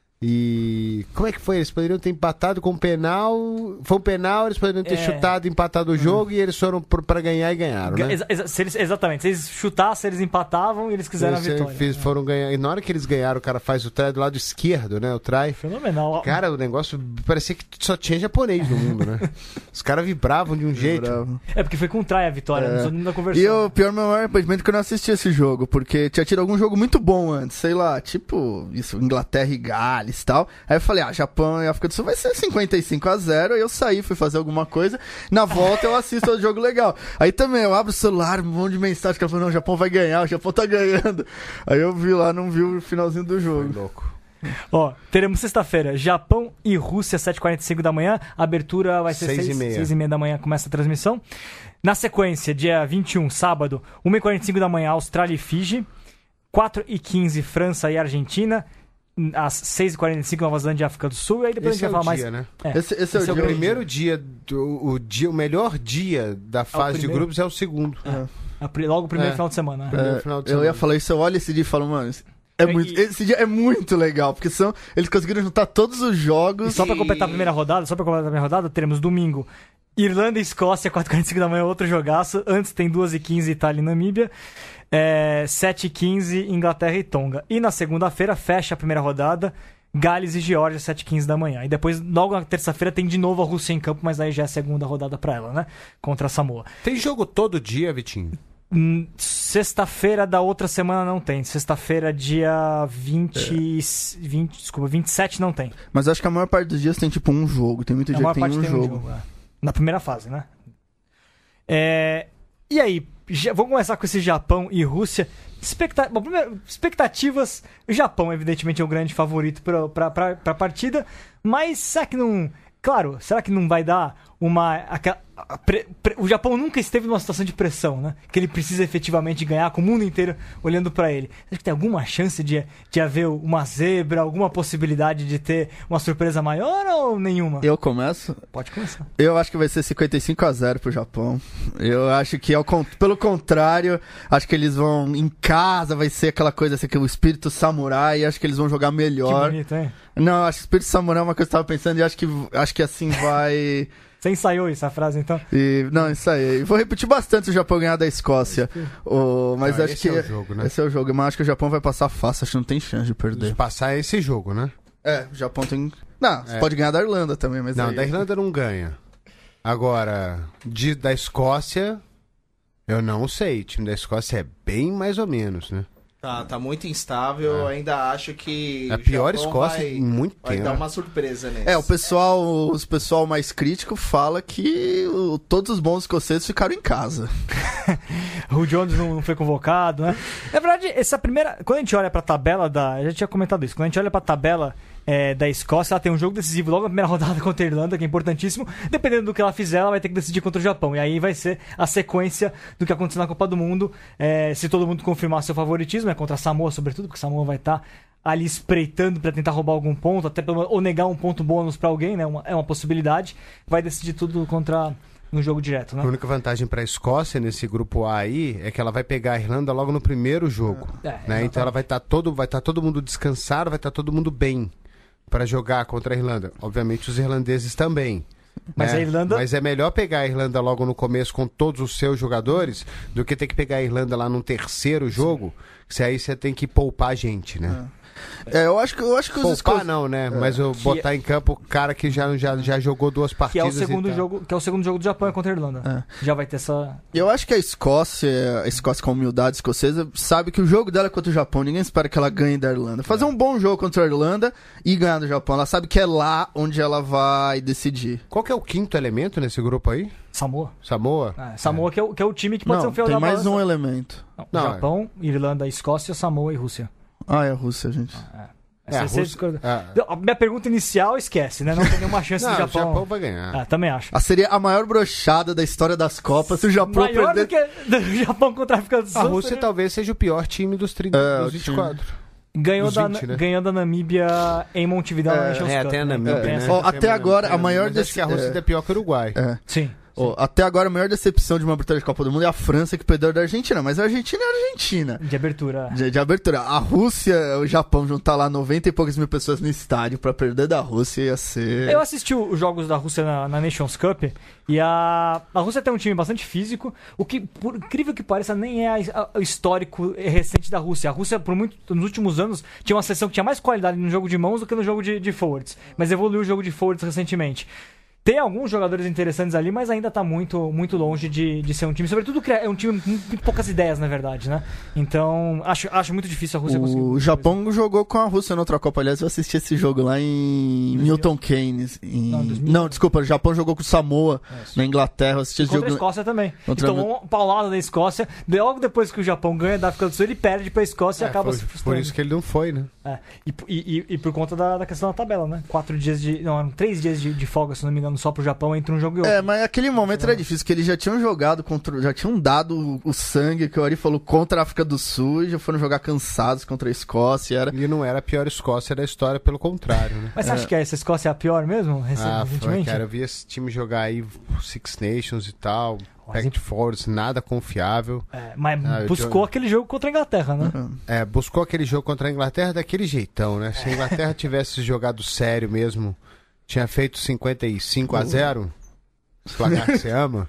Speaker 6: E... Como é que foi? Eles poderiam ter empatado com um penal... Foi um penal, eles poderiam ter
Speaker 2: É.
Speaker 6: chutado, empatado o jogo e eles foram pro- pra ganhar e ganharam, né?
Speaker 2: Exa- exa- se eles, exatamente. Se eles chutassem, eles empatavam e eles quiseram
Speaker 6: Eles,
Speaker 2: a vitória.
Speaker 6: fiz- foram ganhar. E na hora que eles ganharam, o cara faz o try do lado esquerdo, né? O try.
Speaker 2: Fenomenal.
Speaker 6: Cara, o negócio parecia que só tinha japonês no mundo, né? Os caras vibravam de um jeito.
Speaker 5: Bravo.
Speaker 2: É porque foi com o try a vitória,
Speaker 5: É.
Speaker 2: não mundo da conversão.
Speaker 5: E o pior meu maior arrependimento é que eu não assisti esse jogo, porque tinha tido algum jogo muito bom antes, sei lá, tipo, isso, Inglaterra e Gales e tal. Aí eu falei, ah, Japão e África do Sul vai ser cinquenta e cinco a zero, aí eu saí, fui fazer alguma coisa, na volta eu assisto outro jogo legal. Aí também eu abro o celular, um monte de mensagem, que ela falou, não, o Japão vai ganhar, o Japão tá ganhando. Aí eu vi lá, não vi o finalzinho do
Speaker 6: Foi
Speaker 5: jogo.
Speaker 6: louco.
Speaker 2: Ó, teremos sexta-feira, Japão e Rússia, sete e quarenta e cinco da manhã. A abertura vai ser
Speaker 6: Seis
Speaker 2: seis
Speaker 6: e meia.
Speaker 2: seis e meia da manhã, começa a transmissão. Na sequência, dia vinte e um, sábado, uma e quarenta e cinco da manhã, Austrália e Fiji. quatro e quinze, França e Argentina. Às seis e quarenta e cinco, Nova Zelândia e África do Sul. E aí depois
Speaker 6: Esse
Speaker 2: a
Speaker 6: é
Speaker 2: gente vai
Speaker 6: o
Speaker 2: falar
Speaker 6: dia,
Speaker 2: mais.
Speaker 6: né?
Speaker 2: É.
Speaker 5: Esse, esse é
Speaker 2: Esse
Speaker 5: o
Speaker 2: é o
Speaker 5: dia.
Speaker 6: O primeiro dia, do, o dia, o melhor dia da fase de
Speaker 2: primeiro.
Speaker 6: grupos é o segundo.
Speaker 2: A pri- Logo o primeiro
Speaker 6: É.
Speaker 2: final de semana. né?
Speaker 6: Primeiro
Speaker 5: É,
Speaker 6: final de
Speaker 5: eu
Speaker 6: semana.
Speaker 5: ia falar isso, eu olho esse dia e falo, mano, é
Speaker 2: E-
Speaker 5: muito, esse dia é muito legal, porque são, eles conseguiram juntar todos os
Speaker 2: E
Speaker 5: jogos.
Speaker 2: só pra completar a primeira rodada, só pra completar a primeira rodada, teremos domingo Irlanda e Escócia, quatro e quarenta e cinco da manhã, outro jogaço. Antes tem duas e quinze, Itália e Namíbia. É, sete e quinze, Inglaterra e Tonga. E na segunda-feira, fecha a primeira rodada, Gales e Geórgia, sete e quinze da manhã. E depois, logo na terça-feira, tem de novo a Rússia em campo, mas aí já é a segunda rodada pra ela, né? Contra a Samoa.
Speaker 6: Tem jogo todo dia, Vitinho?
Speaker 2: Hum, Sexta-feira da outra semana não tem. Sexta-feira, dia vinte, vinte, desculpa, vinte e sete não tem.
Speaker 5: Mas acho que a maior parte dos dias tem tipo um jogo, tem muito
Speaker 2: A
Speaker 5: dia
Speaker 2: maior
Speaker 5: que tem
Speaker 2: parte
Speaker 5: um
Speaker 2: tem
Speaker 5: jogo.
Speaker 2: um jogo. é. Na primeira fase, né? É, E aí, já- vamos começar com esse Japão e Rússia. Expecta... Bom, primeiro, expectativas. O Japão, evidentemente, é o grande favorito pra, pra, pra, pra partida. Mas será que não. Claro, será que não vai dar uma. aquela- a pre- pre- O Japão nunca esteve numa situação de pressão, né? Que ele precisa efetivamente ganhar, com o mundo inteiro olhando pra ele. Será que tem alguma chance de, de haver uma zebra, alguma possibilidade de ter uma surpresa maior ou nenhuma?
Speaker 5: Eu começo?
Speaker 2: Pode começar.
Speaker 5: Eu acho que vai ser cinquenta e cinco a zero pro Japão. Eu acho que, ao con- pelo contrário, acho que eles vão em casa, vai ser aquela coisa assim, que o espírito samurai, acho que eles vão jogar
Speaker 2: Que
Speaker 5: melhor.
Speaker 2: bonito, hein?
Speaker 5: Não, eu acho que o espírito samurai é uma coisa que eu tava pensando e acho que, acho que assim vai.
Speaker 2: Você ensaiou essa frase, então?
Speaker 5: E, não, isso aí. Vou repetir bastante se o Japão ganhar da Escócia. O, mas
Speaker 6: Não,
Speaker 5: acho
Speaker 6: esse
Speaker 5: que.
Speaker 6: é o jogo, né?
Speaker 5: Esse é o jogo, mas acho que o Japão vai passar fácil, acho que não tem chance de
Speaker 6: De
Speaker 5: perder.
Speaker 6: passar esse jogo, né?
Speaker 5: É, o Japão tem. Não, você
Speaker 6: É.
Speaker 5: pode ganhar da Irlanda também, mas.
Speaker 6: Não,
Speaker 5: aí-
Speaker 6: da Irlanda não ganha. Agora, de, da Escócia, eu não sei. O time da Escócia é bem mais ou menos, né?
Speaker 3: Tá, tá muito instável. Eu ainda acho que.
Speaker 6: É a
Speaker 3: o
Speaker 6: pior
Speaker 3: Japão
Speaker 6: Escócia
Speaker 3: vai,
Speaker 6: em muito
Speaker 3: vai
Speaker 6: tempo.
Speaker 3: dar uma surpresa nesse.
Speaker 5: É, o pessoal, os pessoal mais crítico fala que o- todos os bons escoceses ficaram em casa.
Speaker 2: O Jones não, não foi convocado, né? Na verdade, essa primeira. Quando a gente olha pra tabela da. Eu já tinha comentado isso. Quando a gente olha pra tabela é, da Escócia, ela tem um jogo decisivo logo na primeira rodada contra a Irlanda, que é importantíssimo. Dependendo do que ela fizer, ela vai ter que decidir contra o Japão. E aí vai ser a sequência do que aconteceu na Copa do Mundo. É, se todo mundo confirmar seu favoritismo, é contra a Samoa, sobretudo, porque a Samoa vai estar ali espreitando pra tentar roubar algum ponto, até pelo, ou negar um ponto bônus pra alguém, né? Uma, é uma possibilidade. Vai decidir tudo contra. No jogo direto, né?
Speaker 6: A única vantagem para a Escócia nesse grupo A aí é que ela vai pegar a Irlanda logo no primeiro jogo.
Speaker 2: É,
Speaker 6: né?
Speaker 2: exatamente.
Speaker 6: Então ela vai estar todo, vai estar todo mundo descansado, vai estar todo mundo bem para jogar contra a Irlanda. Obviamente os irlandeses também.
Speaker 2: Mas
Speaker 6: né?
Speaker 2: a Irlanda-
Speaker 6: Mas é melhor pegar a Irlanda logo no começo com todos os seus jogadores do que ter que pegar a Irlanda lá no terceiro jogo, que aí você tem que poupar a gente, né?
Speaker 5: É, eu acho que, eu acho que os
Speaker 6: Poupar
Speaker 5: escoceses.
Speaker 6: não, né? Mas eu
Speaker 2: Que-
Speaker 6: botar em campo o cara que já, já, já jogou duas
Speaker 2: Que é
Speaker 6: partidas.
Speaker 2: o segundo
Speaker 6: e tá.
Speaker 2: jogo, que é o segundo jogo do Japão é contra a Irlanda. Já vai ter essa.
Speaker 5: Eu acho que a Escócia, a Escócia com a humildade escocesa, sabe que o jogo dela é contra o Japão. Ninguém espera que ela ganhe da Irlanda. Fazer um bom jogo contra a Irlanda e ganhar do Japão. Ela sabe que é lá onde ela vai decidir.
Speaker 6: Qual que é o quinto elemento nesse grupo aí?
Speaker 2: Samoa.
Speaker 6: Samoa?
Speaker 2: É, Samoa Que, é o, que é o time que pode ser
Speaker 5: Não,
Speaker 2: um fiel
Speaker 5: tem
Speaker 2: da
Speaker 5: mais
Speaker 2: balança.
Speaker 5: um elemento.
Speaker 2: Não,
Speaker 6: Não,
Speaker 2: Japão, Irlanda, Escócia, Samoa e Rússia.
Speaker 5: Ah, é a Rússia, gente.
Speaker 2: É.
Speaker 6: É, a,
Speaker 2: Você- você
Speaker 6: Rússia,
Speaker 2: discorda-
Speaker 6: é,
Speaker 2: A minha pergunta inicial, esquece, né? Não tem nenhuma chance
Speaker 6: não,
Speaker 2: do
Speaker 6: o
Speaker 2: Japão.
Speaker 6: Japão vai ganhar.
Speaker 2: Ah, também acho.
Speaker 5: Ah, seria a maior brochada da história das Copas se o Japão
Speaker 2: Maior
Speaker 5: perder.
Speaker 2: do que do Japão contra a África do Sul.
Speaker 6: A Rússia
Speaker 2: seria-
Speaker 6: talvez seja o pior time dos, trinta,
Speaker 5: É,
Speaker 6: dos
Speaker 5: o time-
Speaker 6: vinte e quatro.
Speaker 2: Ganhou,
Speaker 6: dos
Speaker 2: da,
Speaker 6: vinte, né?
Speaker 2: ganhou da Namíbia em Montevideo na Nations
Speaker 6: É,
Speaker 2: Cup,
Speaker 6: até a
Speaker 2: né?
Speaker 6: Namíbia,
Speaker 2: Tem
Speaker 6: né?
Speaker 2: essa-
Speaker 5: Ó, até agora, a maior
Speaker 6: Mas acho
Speaker 5: desse-
Speaker 6: que a Rússia
Speaker 5: é.
Speaker 6: é pior que o Uruguai.
Speaker 5: É.
Speaker 2: Sim.
Speaker 5: Ó, até agora, a maior decepção de uma abertura de Copa do Mundo é a França, que perdeu da Argentina. Mas a Argentina é a Argentina.
Speaker 2: De abertura.
Speaker 5: De, de abertura. A Rússia, o Japão juntar lá noventa e poucas mil pessoas no estádio pra perder da Rússia ia ser.
Speaker 2: Eu assisti os jogos da Rússia na, na Nations Cup e a, a Rússia tem um time bastante físico, o que, por incrível que pareça, nem é a- a- o histórico recente da Rússia. A Rússia, por muito, nos últimos anos, tinha uma seleção que tinha mais qualidade no jogo de mãos do que no jogo de, de forwards, mas evoluiu o jogo de forwards recentemente. Tem alguns jogadores interessantes ali, mas ainda tá muito, muito longe de, de ser um time. Sobretudo que é um time com muito poucas ideias, na verdade, né? Então, acho, acho muito difícil a Rússia conseguir.
Speaker 5: O Japão jogou com a Rússia na outra Copa. Aliás, eu assisti esse jogo lá em Milton Keynes. Em...
Speaker 2: Não,
Speaker 5: Não,
Speaker 2: dois mil.
Speaker 5: desculpa, o Japão jogou com Samoa
Speaker 2: É, sim.
Speaker 5: na Inglaterra. Eu assisti esse
Speaker 2: Contra a
Speaker 5: jogo.
Speaker 2: Escócia também.
Speaker 5: Contra
Speaker 2: Então, uma paulada da Escócia. Logo depois que o Japão ganha da África do Sul, ele perde pra Escócia e
Speaker 6: É,
Speaker 2: acaba
Speaker 6: foi-
Speaker 2: se
Speaker 6: por
Speaker 2: frustrando.
Speaker 6: isso que ele não foi, né?
Speaker 2: É, e, e, e por conta da, da questão da tabela, né? Quatro dias de. Não, eram três dias de, de folga, se não me engano, só pro Japão entre um jogo e outro.
Speaker 5: É, mas aquele momento era difícil, que eles já tinham jogado contra. Já tinham dado o, o sangue, que o Ari falou, contra a África do Sul, e já foram jogar cansados contra a Escócia. Era.
Speaker 6: E não era a pior Escócia da história, pelo contrário, né?
Speaker 2: Mas você acha que essa Escócia é a pior mesmo, recen-
Speaker 6: Ah, foi,
Speaker 2: recentemente?
Speaker 6: cara, eu vi esse time jogar aí Six Nations e tal,
Speaker 2: Mas
Speaker 6: Pact Forwards, nada confiável.
Speaker 2: É, mas
Speaker 6: Ah, eu
Speaker 2: buscou
Speaker 6: tô-
Speaker 2: aquele jogo contra a Inglaterra, né?
Speaker 6: É, buscou aquele jogo contra a Inglaterra daquele jeitão, né? Se a Inglaterra tivesse jogado sério mesmo, tinha feito cinquenta e cinco a zero, esse placar que você ama,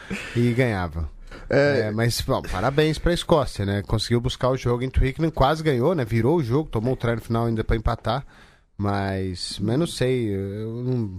Speaker 6: e ganhava.
Speaker 5: É,
Speaker 6: É, mas, bom, parabéns pra Escócia, né? Conseguiu buscar o jogo em Twickenham, quase ganhou, né? Virou o jogo, tomou o try no final ainda pra empatar. Mas, mas não sei, eu não...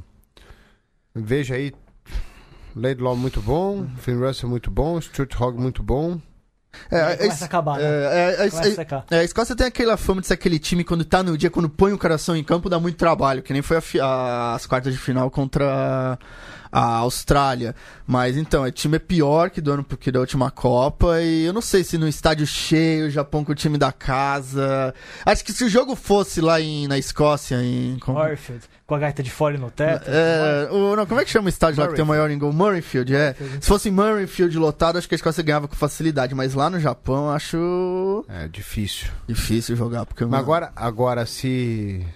Speaker 6: Vejo aí Laidlaw muito bom, Finn Russell muito bom, Stuart Hogg muito bom.
Speaker 5: é,
Speaker 2: Aí
Speaker 5: é,
Speaker 2: começa a acabar, né?
Speaker 5: é, é, é,
Speaker 2: Começa a secar.
Speaker 5: é, a Escócia tem aquela fama de ser aquele time quando tá no dia, quando põe o coração em campo, dá muito trabalho, que nem foi a fi- a- as quartas de final contra a Austrália. Mas então, o time é pior que do ano que da última Copa, e eu não sei se no estádio cheio, o Japão com o time da casa. Acho que se o jogo fosse lá em, na Escócia, em. Com,
Speaker 2: Murrayfield, com a gaita de fora no teto.
Speaker 5: é, o, não, como é que chama o estádio lá que tem o maior em gol? Murrayfield, é.
Speaker 2: Murrayfield.
Speaker 5: Se fosse Murrayfield lotado, acho que a Escócia ganhava com facilidade, mas lá no Japão, acho
Speaker 6: É difícil.
Speaker 5: difícil jogar, porque...
Speaker 6: Mas agora, agora se...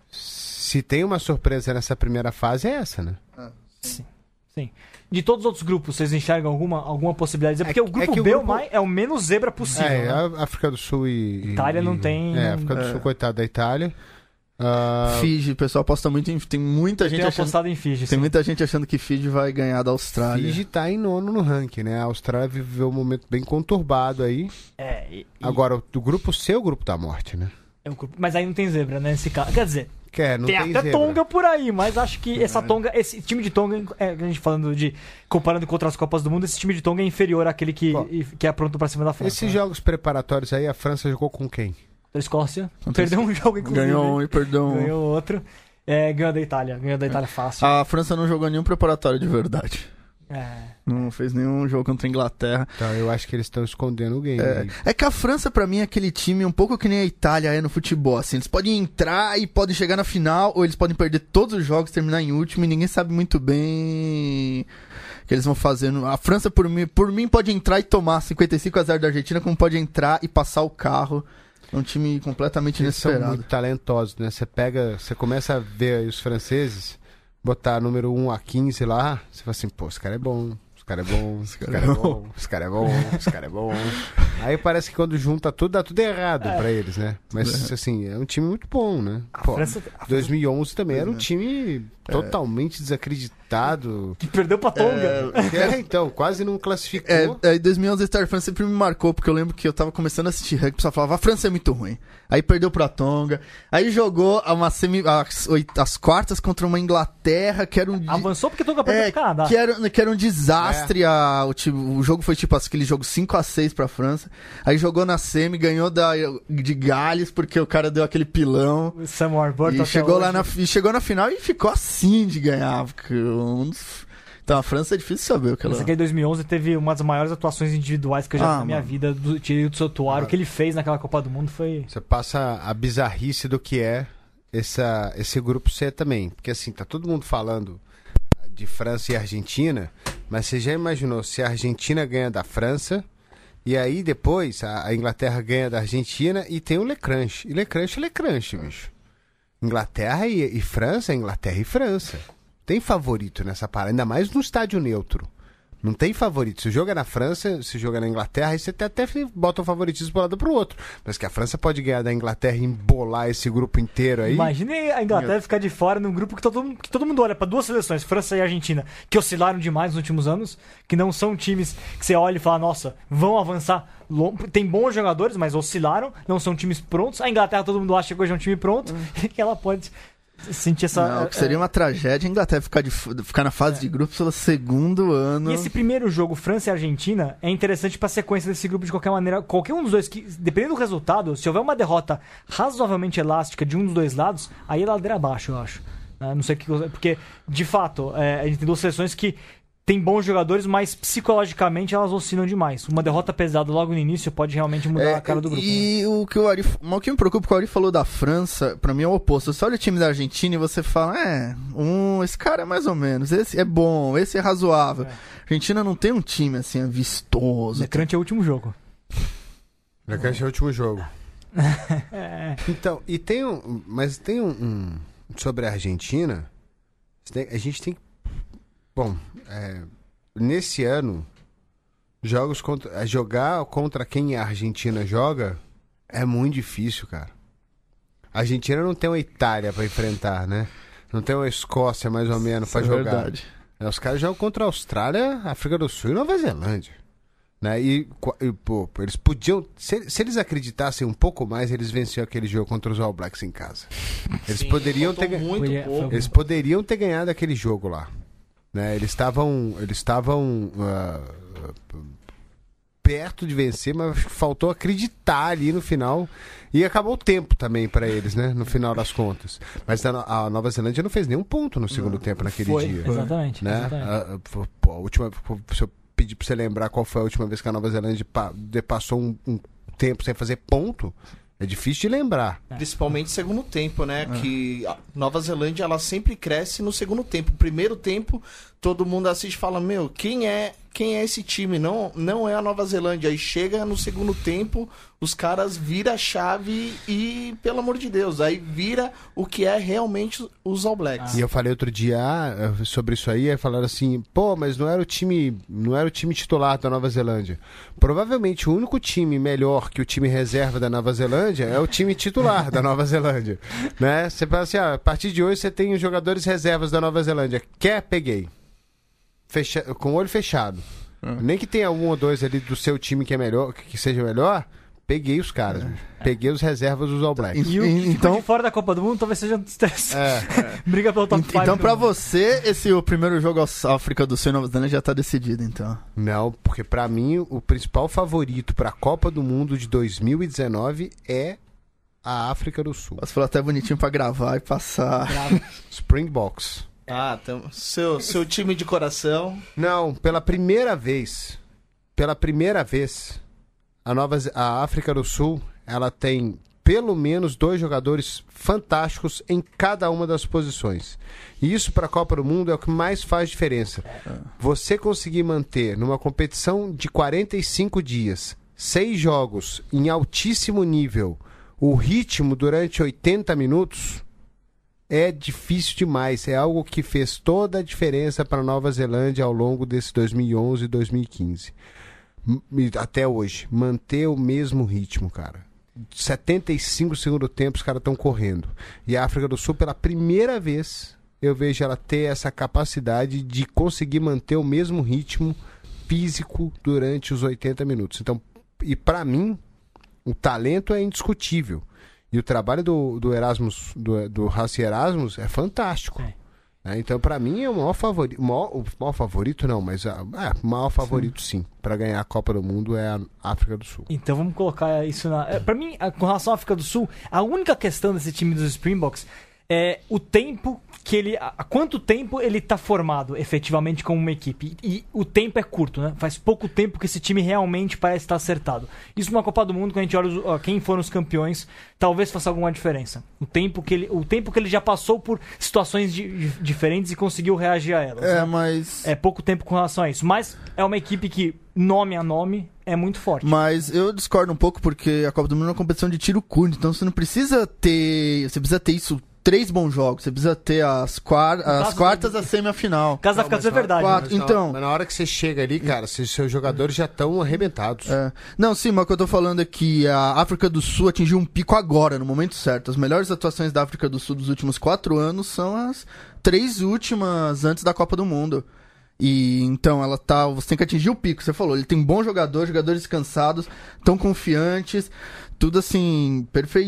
Speaker 6: Se tem uma surpresa nessa primeira fase, é essa, né?
Speaker 2: Sim, sim. De todos os outros grupos, vocês enxergam alguma, alguma possibilidade? É porque
Speaker 6: É
Speaker 2: o
Speaker 6: que-
Speaker 2: grupo
Speaker 6: é que o
Speaker 2: B
Speaker 6: grupo-
Speaker 2: é o menos zebra possível,
Speaker 6: É,
Speaker 2: né?
Speaker 6: a África do Sul e... e-
Speaker 2: Itália não
Speaker 6: e-
Speaker 2: tem-
Speaker 6: É, a África do
Speaker 5: É.
Speaker 6: Sul, coitado da Itália. Ah,
Speaker 5: Fiji, o pessoal aposta muito em... Tem muita gente
Speaker 2: Tenho
Speaker 5: achando...
Speaker 2: apostado em Fiji,
Speaker 5: Tem
Speaker 2: sim.
Speaker 5: muita gente achando que Fiji vai ganhar da Austrália.
Speaker 6: Fiji tá em nono no ranking, né? A Austrália viveu um momento bem conturbado aí.
Speaker 2: É, e- e-
Speaker 6: Agora, o do grupo C é o grupo da morte, né?
Speaker 2: é um grupo- mas aí não tem zebra, né? Nesse caso. Quer dizer,
Speaker 6: Que é, não
Speaker 2: tem,
Speaker 6: tem,
Speaker 2: até
Speaker 6: zebra.
Speaker 2: Tonga por aí, mas acho que essa Tonga, esse time de Tonga, é, a gente falando de. Comparando com outras Copas do Mundo, esse time de Tonga é inferior àquele que,
Speaker 6: Ó,
Speaker 2: e- que é pronto pra cima da França.
Speaker 6: Esses
Speaker 2: né?
Speaker 6: jogos preparatórios aí, a França jogou com quem?
Speaker 2: Da Escócia.
Speaker 5: Contra
Speaker 2: Perdeu um jogo, inclusive.
Speaker 5: Ganhou um e perdeu um.
Speaker 2: Ganhou outro. É, ganhou da Itália. Ganhou da Itália fácil.
Speaker 5: A França não jogou nenhum preparatório de verdade.
Speaker 2: É.
Speaker 5: Não fez nenhum jogo contra a Inglaterra.
Speaker 6: Então, eu acho que eles estão escondendo o game.
Speaker 5: É,
Speaker 6: aí.
Speaker 5: é que a França, pra mim, é aquele time um pouco que nem a Itália é no futebol. Assim, eles podem entrar e podem chegar na final, ou eles podem perder todos os jogos, terminar em último, e ninguém sabe muito bem o que eles vão fazer. A França, por mim, por mim, pode entrar e tomar cinquenta e cinco a zero da Argentina, como pode entrar e passar o carro. É um time completamente
Speaker 6: Eles são
Speaker 5: inesperado.
Speaker 6: muito talentosos, né? Você pega, você começa a ver aí os franceses, botar número um a quinze lá, você fala assim, pô, esse cara é bom, esse cara é bom, esse cara é bom, esse cara é bom, esse cara é bom. Aí parece que quando junta tudo, dá tudo errado
Speaker 2: É.
Speaker 6: pra eles, né? Mas, assim, é um time muito bom, né?
Speaker 2: A
Speaker 6: Pô,
Speaker 2: França, a França
Speaker 6: dois mil e onze também era um time totalmente desacreditado.
Speaker 2: que perdeu pra Tonga.
Speaker 6: É, então, quase não classificou.
Speaker 5: É, é, em dois mil e onze a Star France sempre me marcou, porque eu lembro que eu tava começando a assistir rugby, o pessoal falava, a França é muito ruim. Aí perdeu pra Tonga, aí jogou uma semi, as, oit- as quartas contra uma Inglaterra, que era um... di-
Speaker 2: Avançou porque Tonga perdeu
Speaker 5: É,
Speaker 2: pro Canadá.
Speaker 5: que era, que era um desastre. A, o, time- o jogo foi tipo aquele jogo cinco a seis pra França. Aí jogou na semi, ganhou da, de Gales, porque o cara deu aquele pilão.
Speaker 2: O Sam Warburton
Speaker 5: E
Speaker 2: até
Speaker 5: chegou,
Speaker 2: hoje.
Speaker 5: lá na, e chegou na final e ficou assim de ganhar. Porque um dos- Então a França é difícil saber o que ela...
Speaker 2: Essa aqui em dois mil e onze teve uma das maiores atuações individuais que eu já
Speaker 5: Ah,
Speaker 2: vi na minha
Speaker 5: mano.
Speaker 2: vida, do Thierry Sotuaro.
Speaker 6: Ah.
Speaker 2: O que ele fez naquela Copa do Mundo foi...
Speaker 6: Você passa a bizarrice do que é essa, esse grupo C também. Porque assim, tá todo mundo falando de França e Argentina, mas você já imaginou se a Argentina ganha da França, e aí depois a, a Inglaterra ganha da Argentina e tem o Lecranche. E Lecranche é Lecranche, bicho. Inglaterra e, e França, Inglaterra e França. Tem favorito nessa parada, ainda mais no estádio neutro. Não tem favorito. Se o jogo é na França, se o jogo é na Inglaterra, aí você até, até bota o favoritismo pro lado pro outro. Mas que a França pode ganhar da Inglaterra e embolar esse grupo inteiro aí.
Speaker 2: Imagine a Inglaterra ficar de fora num grupo que todo, mundo- que todo mundo olha para duas seleções, França e Argentina, que oscilaram demais nos últimos anos, que não são times que você olha e fala, nossa, vão avançar. lon- Tem bons jogadores, mas oscilaram, não são times prontos. A Inglaterra todo mundo acha que hoje é um time pronto e que ela pode sentir essa...
Speaker 5: Não, que seria uma tragédia a Inglaterra ficar, de, ficar na fase de grupos pelo segundo ano.
Speaker 2: E esse primeiro jogo, França e Argentina, é interessante pra sequência desse grupo de qualquer maneira. Qualquer um dos dois, que, dependendo do resultado, se houver uma derrota razoavelmente elástica de um dos dois lados, aí é ladeira abaixo, eu acho. Ah, não sei o que. Porque, de fato, é, a gente tem duas seleções que tem bons jogadores, mas psicologicamente elas oscilam demais. Uma derrota pesada logo no início pode realmente mudar
Speaker 5: É,
Speaker 2: a cara do grupo.
Speaker 5: E o que o Ari, o que me preocupa, que o Ari falou da França, pra mim é o oposto. Você olha o time da Argentina e você fala, é, um, esse cara é mais ou menos, esse é bom, esse é razoável.
Speaker 2: É.
Speaker 5: A Argentina não tem um time assim, vistoso.
Speaker 2: Lecrante é o último jogo.
Speaker 6: Lecranche é o último jogo.
Speaker 2: É.
Speaker 6: Então, e tem um. Mas tem um. um- sobre a Argentina. tem- A gente tem que. Bom, é, nesse ano, jogos contra. é, Jogar contra quem a Argentina joga é muito difícil, cara. A Argentina não tem uma Itália pra enfrentar, né? Não tem uma Escócia, mais ou menos, pra
Speaker 5: Isso é
Speaker 6: jogar.
Speaker 5: verdade.
Speaker 6: É, os caras jogam contra a Austrália, África do Sul e Nova Zelândia. Né? E, qua- e, pô, eles podiam. Se, se eles acreditassem um pouco mais, eles venciam aquele jogo contra os All Blacks em casa. Eles
Speaker 3: Sim,
Speaker 6: poderiam ter
Speaker 3: faltou
Speaker 6: gan-
Speaker 3: muito
Speaker 2: Foi-
Speaker 3: pouco.
Speaker 6: Eles poderiam ter ganhado aquele jogo lá. Né? Eles estavam. Eles estavam. ah, perto de vencer, mas faltou acreditar ali no final. E acabou o tempo também pra eles, né? No final das contas. Mas a, No- a Nova Zelândia não fez nenhum ponto no segundo tempo naquele
Speaker 2: Foi,
Speaker 6: dia.
Speaker 2: exatamente.
Speaker 6: Né?
Speaker 2: exatamente.
Speaker 6: A, a- pô, a última, se eu pedir pra você lembrar qual foi a última vez que a Nova Zelândia pa- de- passou um, um tempo sem fazer ponto, é difícil de lembrar.
Speaker 3: Principalmente segundo tempo, né? Que a Nova Zelândia, ela sempre cresce no segundo tempo. Primeiro tempo, todo mundo assiste e fala, meu, quem é, quem é esse time? Não, não é a Nova Zelândia. Aí chega no segundo tempo, os caras viram a chave e, pelo amor de Deus, aí vira o que é realmente os All Blacks.
Speaker 6: E eu falei outro dia ah, sobre isso aí, aí falaram assim, pô, mas não era o time, não era o time titular da Nova Zelândia. Provavelmente o único time melhor que o time reserva da Nova Zelândia é o time titular da Nova Zelândia, né? Você fala assim, ah, a partir de hoje você tem os jogadores reservas da Nova Zelândia. Quer? Peguei. Fecha... Com o olho fechado. Nem que tenha um ou dois ali do seu time que é melhor, que seja melhor, peguei os caras. bicho. Peguei os reservas dos All Blacks.
Speaker 2: E o que ficou
Speaker 5: Então-
Speaker 2: de fora da Copa do Mundo talvez seja stress.
Speaker 6: É.
Speaker 2: Briga pelo top
Speaker 5: Ent-
Speaker 2: cinco.
Speaker 5: Então, pra
Speaker 2: do mundo.
Speaker 5: você, esse o primeiro jogo à África do Sul e Nova Zelândia já tá decidido, então.
Speaker 6: Não, porque pra mim o principal favorito pra Copa do Mundo de dois mil e dezenove é a África do Sul.
Speaker 5: Você falou até bonitinho pra gravar e passar.
Speaker 6: Springboks.
Speaker 3: Ah, então, seu, seu time de coração.
Speaker 6: Não, pela primeira vez, pela primeira vez, a Nova Ze- a África do Sul, ela tem pelo menos dois jogadores fantásticos em cada uma das posições. E isso para a Copa do Mundo é o que mais faz diferença. Você conseguir manter numa competição de quarenta e cinco dias, seis jogos em altíssimo nível, o ritmo durante oitenta minutos é difícil demais. É algo que fez toda a diferença para a Nova Zelândia ao longo desse dois mil e onze e dois mil e quinze. M- e até hoje. Manter o mesmo ritmo, cara. setenta e cinco segundo tempo os caras estão correndo. E a África do Sul, pela primeira vez, eu vejo ela ter essa capacidade de conseguir manter o mesmo ritmo físico durante os oitenta minutos. Então, e para mim, o talento é indiscutível. E o trabalho do, do Erasmus, do, do Hassi Erasmus é fantástico.
Speaker 2: É.
Speaker 6: É, então, pra mim, é o maior favorito. O maior, o maior favorito, não, mas ah, é, o maior favorito, sim, pra ganhar a Copa do Mundo é a África do Sul.
Speaker 2: Então vamos colocar isso na. é, Pra mim, a- com relação à África do Sul, a única questão desse time dos Springboks é o tempo que ele... Há quanto tempo ele tá formado, efetivamente, como uma equipe. E o tempo é curto, né? Faz pouco tempo que esse time realmente parece estar acertado. Isso numa Copa do Mundo, quando a gente olha os, ó, quem foram os campeões, talvez faça alguma diferença. O tempo que ele, o tempo que ele já passou por situações di, di, diferentes e conseguiu reagir a elas.
Speaker 5: É,
Speaker 2: né?
Speaker 5: mas...
Speaker 2: É pouco tempo com relação a isso. Mas é uma equipe que, nome a nome, é muito forte.
Speaker 5: Mas eu discordo um pouco porque a Copa do Mundo é uma competição de tiro curto, então você não precisa ter... Você precisa ter isso... Três bons jogos, você precisa ter as, quar- as quartas, a semifinal.
Speaker 2: Caso da África do Sul é verdade.
Speaker 5: Quatro.
Speaker 6: Mas na-
Speaker 5: Então-
Speaker 6: mas na hora que você chega ali, cara, se seus jogadores já estão arrebentados.
Speaker 5: É. Não, sim, mas o que eu tô falando é que a África do Sul atingiu um pico agora, no momento certo. As melhores atuações da África do Sul dos últimos quatro anos são as três últimas antes da Copa do Mundo. E então ela tá. Você tem que atingir o pico, você falou. Ele tem bons jogadores, jogadores cansados, tão confiantes, tudo assim,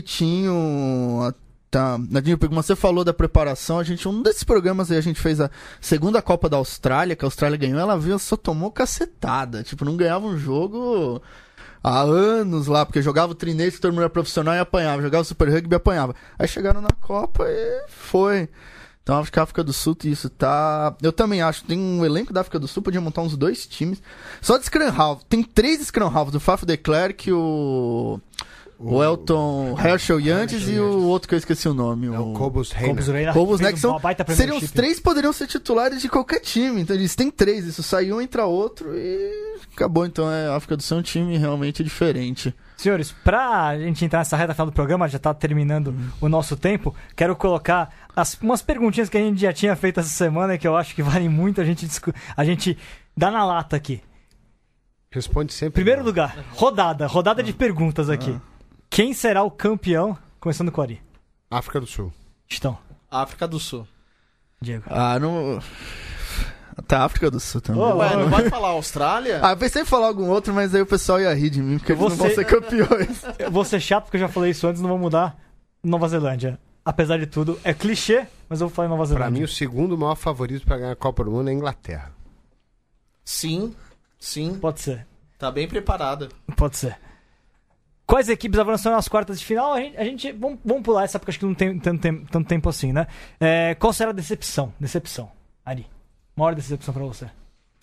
Speaker 5: perfeitinho. Tá, Nadinho, como você falou da preparação, a gente, um desses programas aí, a gente fez a segunda Copa da Austrália, que a Austrália ganhou, ela viu, só tomou cacetada, tipo, não ganhava um jogo há anos lá, porque jogava o trinês, que todo mundo era profissional e apanhava, jogava o Super Rugby e apanhava. Aí chegaram na Copa e foi. Então acho que a África do Sul, isso tá... Eu também acho, tem um elenco da África do Sul, podia montar uns dois times, só de Scrum Half, tem três Scrum Halves, o Faf de Klerk, o... O Elton Herschel Yantes e o outro que eu esqueci o nome.
Speaker 6: É o
Speaker 5: o
Speaker 6: Cobus Reina.
Speaker 2: Cobus Reina
Speaker 5: Cobus
Speaker 2: fez
Speaker 5: né, que são,
Speaker 2: uma baita
Speaker 5: seriam os
Speaker 2: premiership.
Speaker 5: três poderiam ser titulares de qualquer time. Então eles têm três, isso sai um, entra outro e acabou. Então é, a África do Sul é um time realmente diferente.
Speaker 2: Senhores, pra gente entrar nessa reta final do programa, já tá terminando o nosso tempo, quero colocar as, umas perguntinhas que a gente já tinha feito essa semana que eu acho que valem muito a gente, discu- a gente dar na lata aqui.
Speaker 6: Responde sempre.
Speaker 2: Primeiro lugar, rodada, rodada de perguntas aqui. Quem será o campeão? Começando com o Ari.
Speaker 6: África do Sul.
Speaker 2: Estão.
Speaker 3: África do Sul.
Speaker 2: Diego.
Speaker 5: Ah, não. Tá, África do Sul também.
Speaker 2: Ô,
Speaker 3: Ué, não vai falar Austrália?
Speaker 5: Ah, eu pensei em falar algum outro, mas aí o pessoal ia rir de mim, porque eles não
Speaker 2: Você-
Speaker 5: vão ser campeões.
Speaker 2: Eu vou ser chato porque eu já falei isso antes, não vou mudar. Nova Zelândia. Apesar de tudo, é clichê, mas eu vou falar em Nova Zelândia.
Speaker 6: Pra mim, o segundo maior favorito pra ganhar a Copa do Mundo é a Inglaterra.
Speaker 3: Sim, sim.
Speaker 2: Pode ser.
Speaker 3: Tá bem preparada.
Speaker 2: Pode ser. Quais equipes avançaram nas quartas de final? A gente, a gente- vamos, vamos pular essa porque acho que não tem tanto tempo, tanto tempo assim, né? É, qual será a decepção? Decepção. Ari. Maior decepção pra você.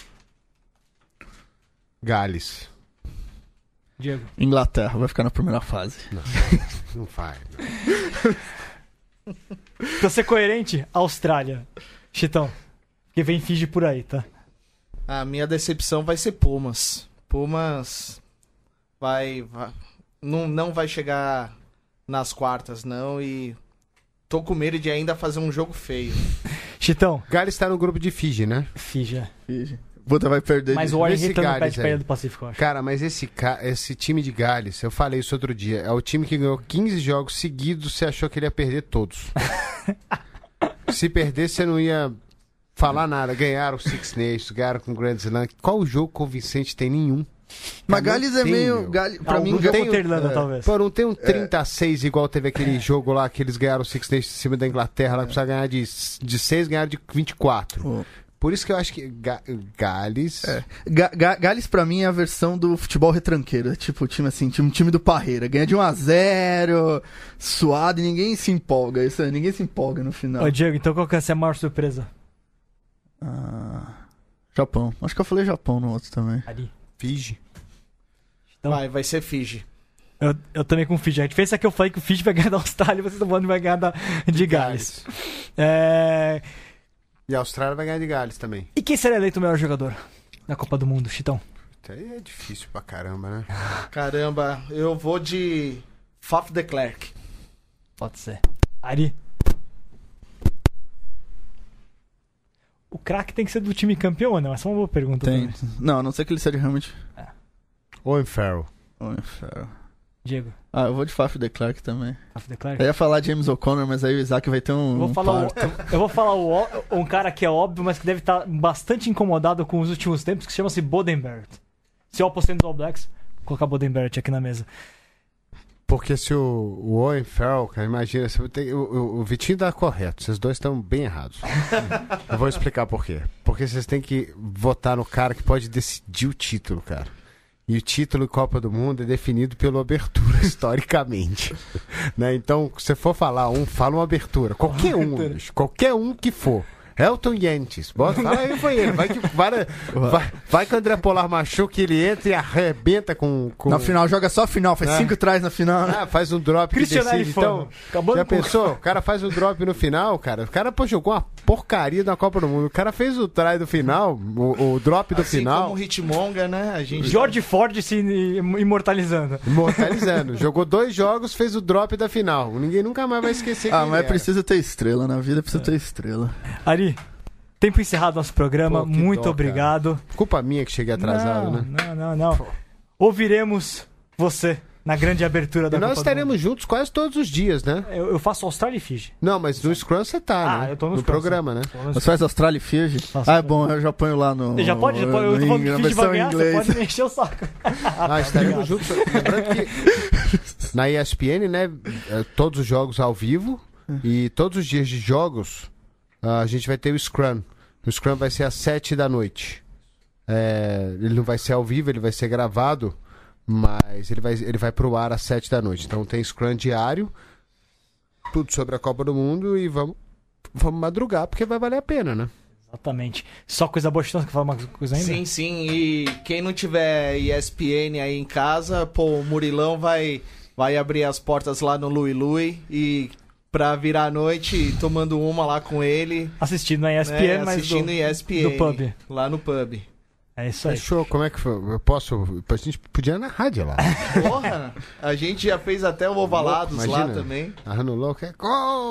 Speaker 6: Gales.
Speaker 2: Diego.
Speaker 5: Inglaterra vai ficar na primeira fase.
Speaker 6: Não vai. Não.
Speaker 2: Pra ser coerente, Austrália. Chitão. Que vem Fiji por aí, tá?
Speaker 3: A minha decepção vai ser Pumas. Pumas vai, vai não, não vai chegar nas quartas, não, e tô com medo de ainda fazer um jogo feio.
Speaker 2: Chitão.
Speaker 6: Gales tá no grupo de Fiji, né?
Speaker 2: Fiji.
Speaker 5: Puta, vai perder.
Speaker 2: Mas
Speaker 5: de-
Speaker 2: o Warren
Speaker 6: esse
Speaker 2: Hitler não
Speaker 6: Gales
Speaker 2: pede pra
Speaker 6: aí.
Speaker 2: ilha do Pacífico, eu acho.
Speaker 6: Cara, mas esse, ca- esse time de Gales, eu falei isso outro dia, é o time que ganhou quinze jogos seguidos, você achou que ele ia perder todos. Se perder, você não ia falar nada. Ganharam o Six Nations, ganharam com o Grand Slam. Qual jogo convincente tem nenhum?
Speaker 5: Mas
Speaker 6: Cara,
Speaker 5: Gales
Speaker 6: não
Speaker 5: é
Speaker 6: tem,
Speaker 5: meio.
Speaker 6: meu.
Speaker 5: Gal... Pra
Speaker 2: Algum
Speaker 5: mim,
Speaker 2: jogo
Speaker 5: tem-
Speaker 2: contra a Irlanda,
Speaker 5: é.
Speaker 2: talvez.
Speaker 6: Pô, não tem um trinta a seis igual teve aquele jogo lá que eles ganharam o Six Nations em cima da Inglaterra, lá que precisa ganhar de, de seis, ganharam de vinte e quatro.
Speaker 5: Pô.
Speaker 6: Por isso que eu acho que Ga- Gales...
Speaker 5: É. Ga- Ga- Gales pra mim é a versão do futebol retranqueiro. É tipo o time assim, time, time do Parreira. Ganha de um a zero, suado e ninguém se empolga. Isso, é, ninguém se empolga no final.
Speaker 2: Ô, Diego, então qual que é a sua maior surpresa?
Speaker 5: Ah, Japão. Acho que eu falei Japão no outro também.
Speaker 2: Ari.
Speaker 6: Fiji.
Speaker 2: Então-
Speaker 3: Vai, vai ser Fiji.
Speaker 2: Eu, eu também com o Fiji. A diferença é que eu falei que o Fiji vai ganhar da Austrália e vocês estão falando que vai ganhar da, de Gales. É...
Speaker 6: E a Austrália vai ganhar de Gales também.
Speaker 2: E quem será eleito o melhor jogador da Copa do Mundo, Chitão?
Speaker 6: Isso aí é difícil pra caramba, né?
Speaker 3: Caramba, eu vou de Faf de Klerk.
Speaker 2: Pode ser. Ari. O craque tem que ser do time campeão ou não? Essa é uma boa pergunta.
Speaker 5: Tem.
Speaker 2: também.
Speaker 5: Não, a não ser que ele seja realmente.
Speaker 6: Owen Farrell.
Speaker 5: Oh, inferno.
Speaker 2: Diego.
Speaker 5: Ah, eu vou de Faf de Klerk também.
Speaker 2: Faf de Klerk?
Speaker 5: Eu ia falar James O'Connor, mas aí o Isaac vai ter um.
Speaker 2: Eu vou
Speaker 5: um
Speaker 2: falar, o,
Speaker 5: parto.
Speaker 2: eu, eu vou falar o, ó- um cara que é óbvio, mas que deve estar bastante incomodado com os últimos tempos, que chama-se Boden Barrett. Se eu apostei nos All Blacks, vou colocar Boden Barrett aqui na mesa.
Speaker 6: Porque se o, o Owen Farrell, cara, imagina, se eu tenho- o, o, o Vitinho tá correto, vocês dois estão bem errados. Eu vou explicar por quê. Porque vocês têm que votar no cara que pode decidir o título, cara. E o título Copa do Mundo é definido pela abertura, historicamente. Né? Então, se você for falar um, fala uma abertura. Qualquer um, bicho, qualquer um que for. Elton Yantes. Bota, fala aí, foi ele. Vai que, vai, vai, vai que o André Polar machuca, ele entra e arrebenta com... com...
Speaker 5: Na final, joga só a final, faz
Speaker 6: É.
Speaker 5: cinco trás na final, né?
Speaker 6: Ah, faz um drop que
Speaker 2: Cristiano
Speaker 6: decide.
Speaker 2: Fama.
Speaker 6: Então,
Speaker 2: Acabando
Speaker 6: já
Speaker 2: com-
Speaker 6: pensou? O cara faz um drop no final, cara. O cara pô, jogou uma porcaria na Copa do Mundo. O cara fez o try do final, o, o drop do
Speaker 3: Assim
Speaker 6: final,
Speaker 3: como o Hitmonga, né? A gente
Speaker 2: George Ford se imortalizando.
Speaker 6: imortalizando. Jogou dois jogos, fez o drop da final. Ninguém nunca mais vai esquecer
Speaker 5: Ah,
Speaker 6: quem
Speaker 5: mas
Speaker 6: era.
Speaker 5: precisa ter estrela, na vida precisa ter estrela.
Speaker 2: Ari, tempo encerrado nosso programa.
Speaker 6: Pô, que
Speaker 2: Muito
Speaker 6: dó,
Speaker 2: obrigado.
Speaker 6: Culpa minha que cheguei atrasado,
Speaker 2: não,
Speaker 6: né?
Speaker 2: Não, não, não. Ouviremos você na grande abertura da
Speaker 6: E nós
Speaker 2: Copa do
Speaker 6: estaremos juntos quase todos os dias, né?
Speaker 2: Mundo. Eu, eu faço Austrália e Fiji.
Speaker 6: Não, mas no Scrum você tá,
Speaker 2: Ah,
Speaker 6: né?
Speaker 2: eu tô no
Speaker 6: no
Speaker 2: Scrum,
Speaker 6: programa, né?
Speaker 5: Você faz Austrália e Fiji?
Speaker 2: Faço.
Speaker 5: Ah, é bom, eu já ponho lá no...
Speaker 2: Já pode? Já pode eu tô
Speaker 5: no
Speaker 2: falando
Speaker 5: ing-
Speaker 2: que
Speaker 5: na
Speaker 2: Fiji vai
Speaker 5: versão em
Speaker 2: ganhar, você
Speaker 5: inglês.
Speaker 2: pode me encher o saco.
Speaker 6: Ah, estaremos
Speaker 2: obrigado.
Speaker 6: juntos. Lembrando que na E S P N, né? eh, Todos os jogos ao vivo e todos os dias de jogos ah, a gente vai ter o Scrum. O Scrum vai ser às sete da noite. É, ele não vai ser ao vivo, ele vai ser gravado, mas ele vai, ele vai pro ar às sete da noite. Então tem Scrum diário, tudo sobre a Copa do Mundo e vamos, vamos madrugar, porque vai valer a pena, né?
Speaker 2: Exatamente. Só coisa boa, Chitão, você quer falar uma coisa ainda?
Speaker 3: Sim, sim. E quem não tiver E S P N aí em casa, pô, o Murilão vai, vai abrir as portas lá no Lui Lui e pra virar a noite tomando uma lá com ele.
Speaker 2: Assistindo na E S P N,
Speaker 3: né,
Speaker 2: mas
Speaker 3: assistindo
Speaker 2: do,
Speaker 3: E S P N.
Speaker 2: do pub.
Speaker 3: Lá no pub.
Speaker 2: É isso aí.
Speaker 6: Fechou, como é que foi? Eu posso. A gente podia ir na rádio lá.
Speaker 3: Porra, a gente já fez até o Ovalados lá
Speaker 6: Imagina.
Speaker 3: também.
Speaker 6: Arrano louco é gol!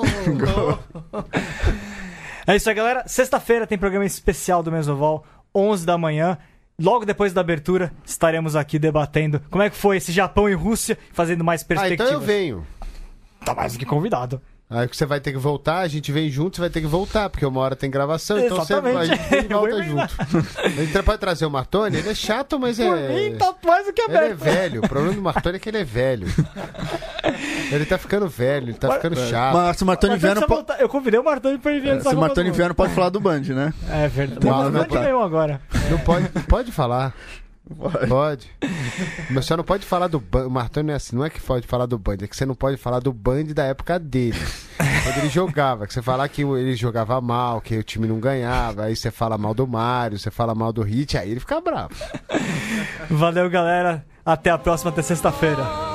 Speaker 2: É isso aí, galera. Sexta-feira tem programa especial do Mesoval, onze da manhã. Logo depois da abertura, estaremos aqui debatendo como é que foi esse Japão e Rússia, fazendo mais
Speaker 6: Ah,
Speaker 2: perspectivas.
Speaker 6: então eu venho.
Speaker 2: Tá mais do que convidado.
Speaker 6: Aí você vai ter que voltar, a gente vem junto, você vai ter que voltar, porque uma hora tem gravação, então você vai, a
Speaker 2: Exatamente.
Speaker 6: gente vem e
Speaker 2: Eu vou
Speaker 6: volta
Speaker 2: emendar.
Speaker 6: junto. A gente pode trazer o Martoni, ele é chato, mas
Speaker 2: Por
Speaker 6: é.
Speaker 2: mim, tá mais do que
Speaker 6: Ele é
Speaker 2: aberto.
Speaker 6: velho. O problema do Martoni é que ele é velho. Ele tá ficando velho, ele tá ficando chato.
Speaker 5: Mas se o Martoni
Speaker 2: Mas
Speaker 5: vier,
Speaker 2: precisa
Speaker 5: não po-
Speaker 2: voltar. Eu convidei o Martoni pra ele vir antes
Speaker 5: se
Speaker 2: da
Speaker 5: o
Speaker 2: Copa
Speaker 5: Martoni
Speaker 2: do
Speaker 5: vier,
Speaker 2: Mundo.
Speaker 5: não pode falar do Band, né?
Speaker 2: É verdade.
Speaker 5: Não,
Speaker 2: Mas
Speaker 5: não
Speaker 2: não pode
Speaker 5: tá.
Speaker 2: mesmo agora.
Speaker 6: Não pode, pode falar. Pode. Mas só não pode falar do Band. O Martoni é assim, não é que pode falar do Band, é que você não pode falar do Band da época dele. Quando ele jogava, que você falar que ele jogava mal, que o time não ganhava, aí você fala mal do Mário, você fala mal do Hit, aí ele fica bravo.
Speaker 2: Valeu, galera. Até a próxima, até sexta-feira.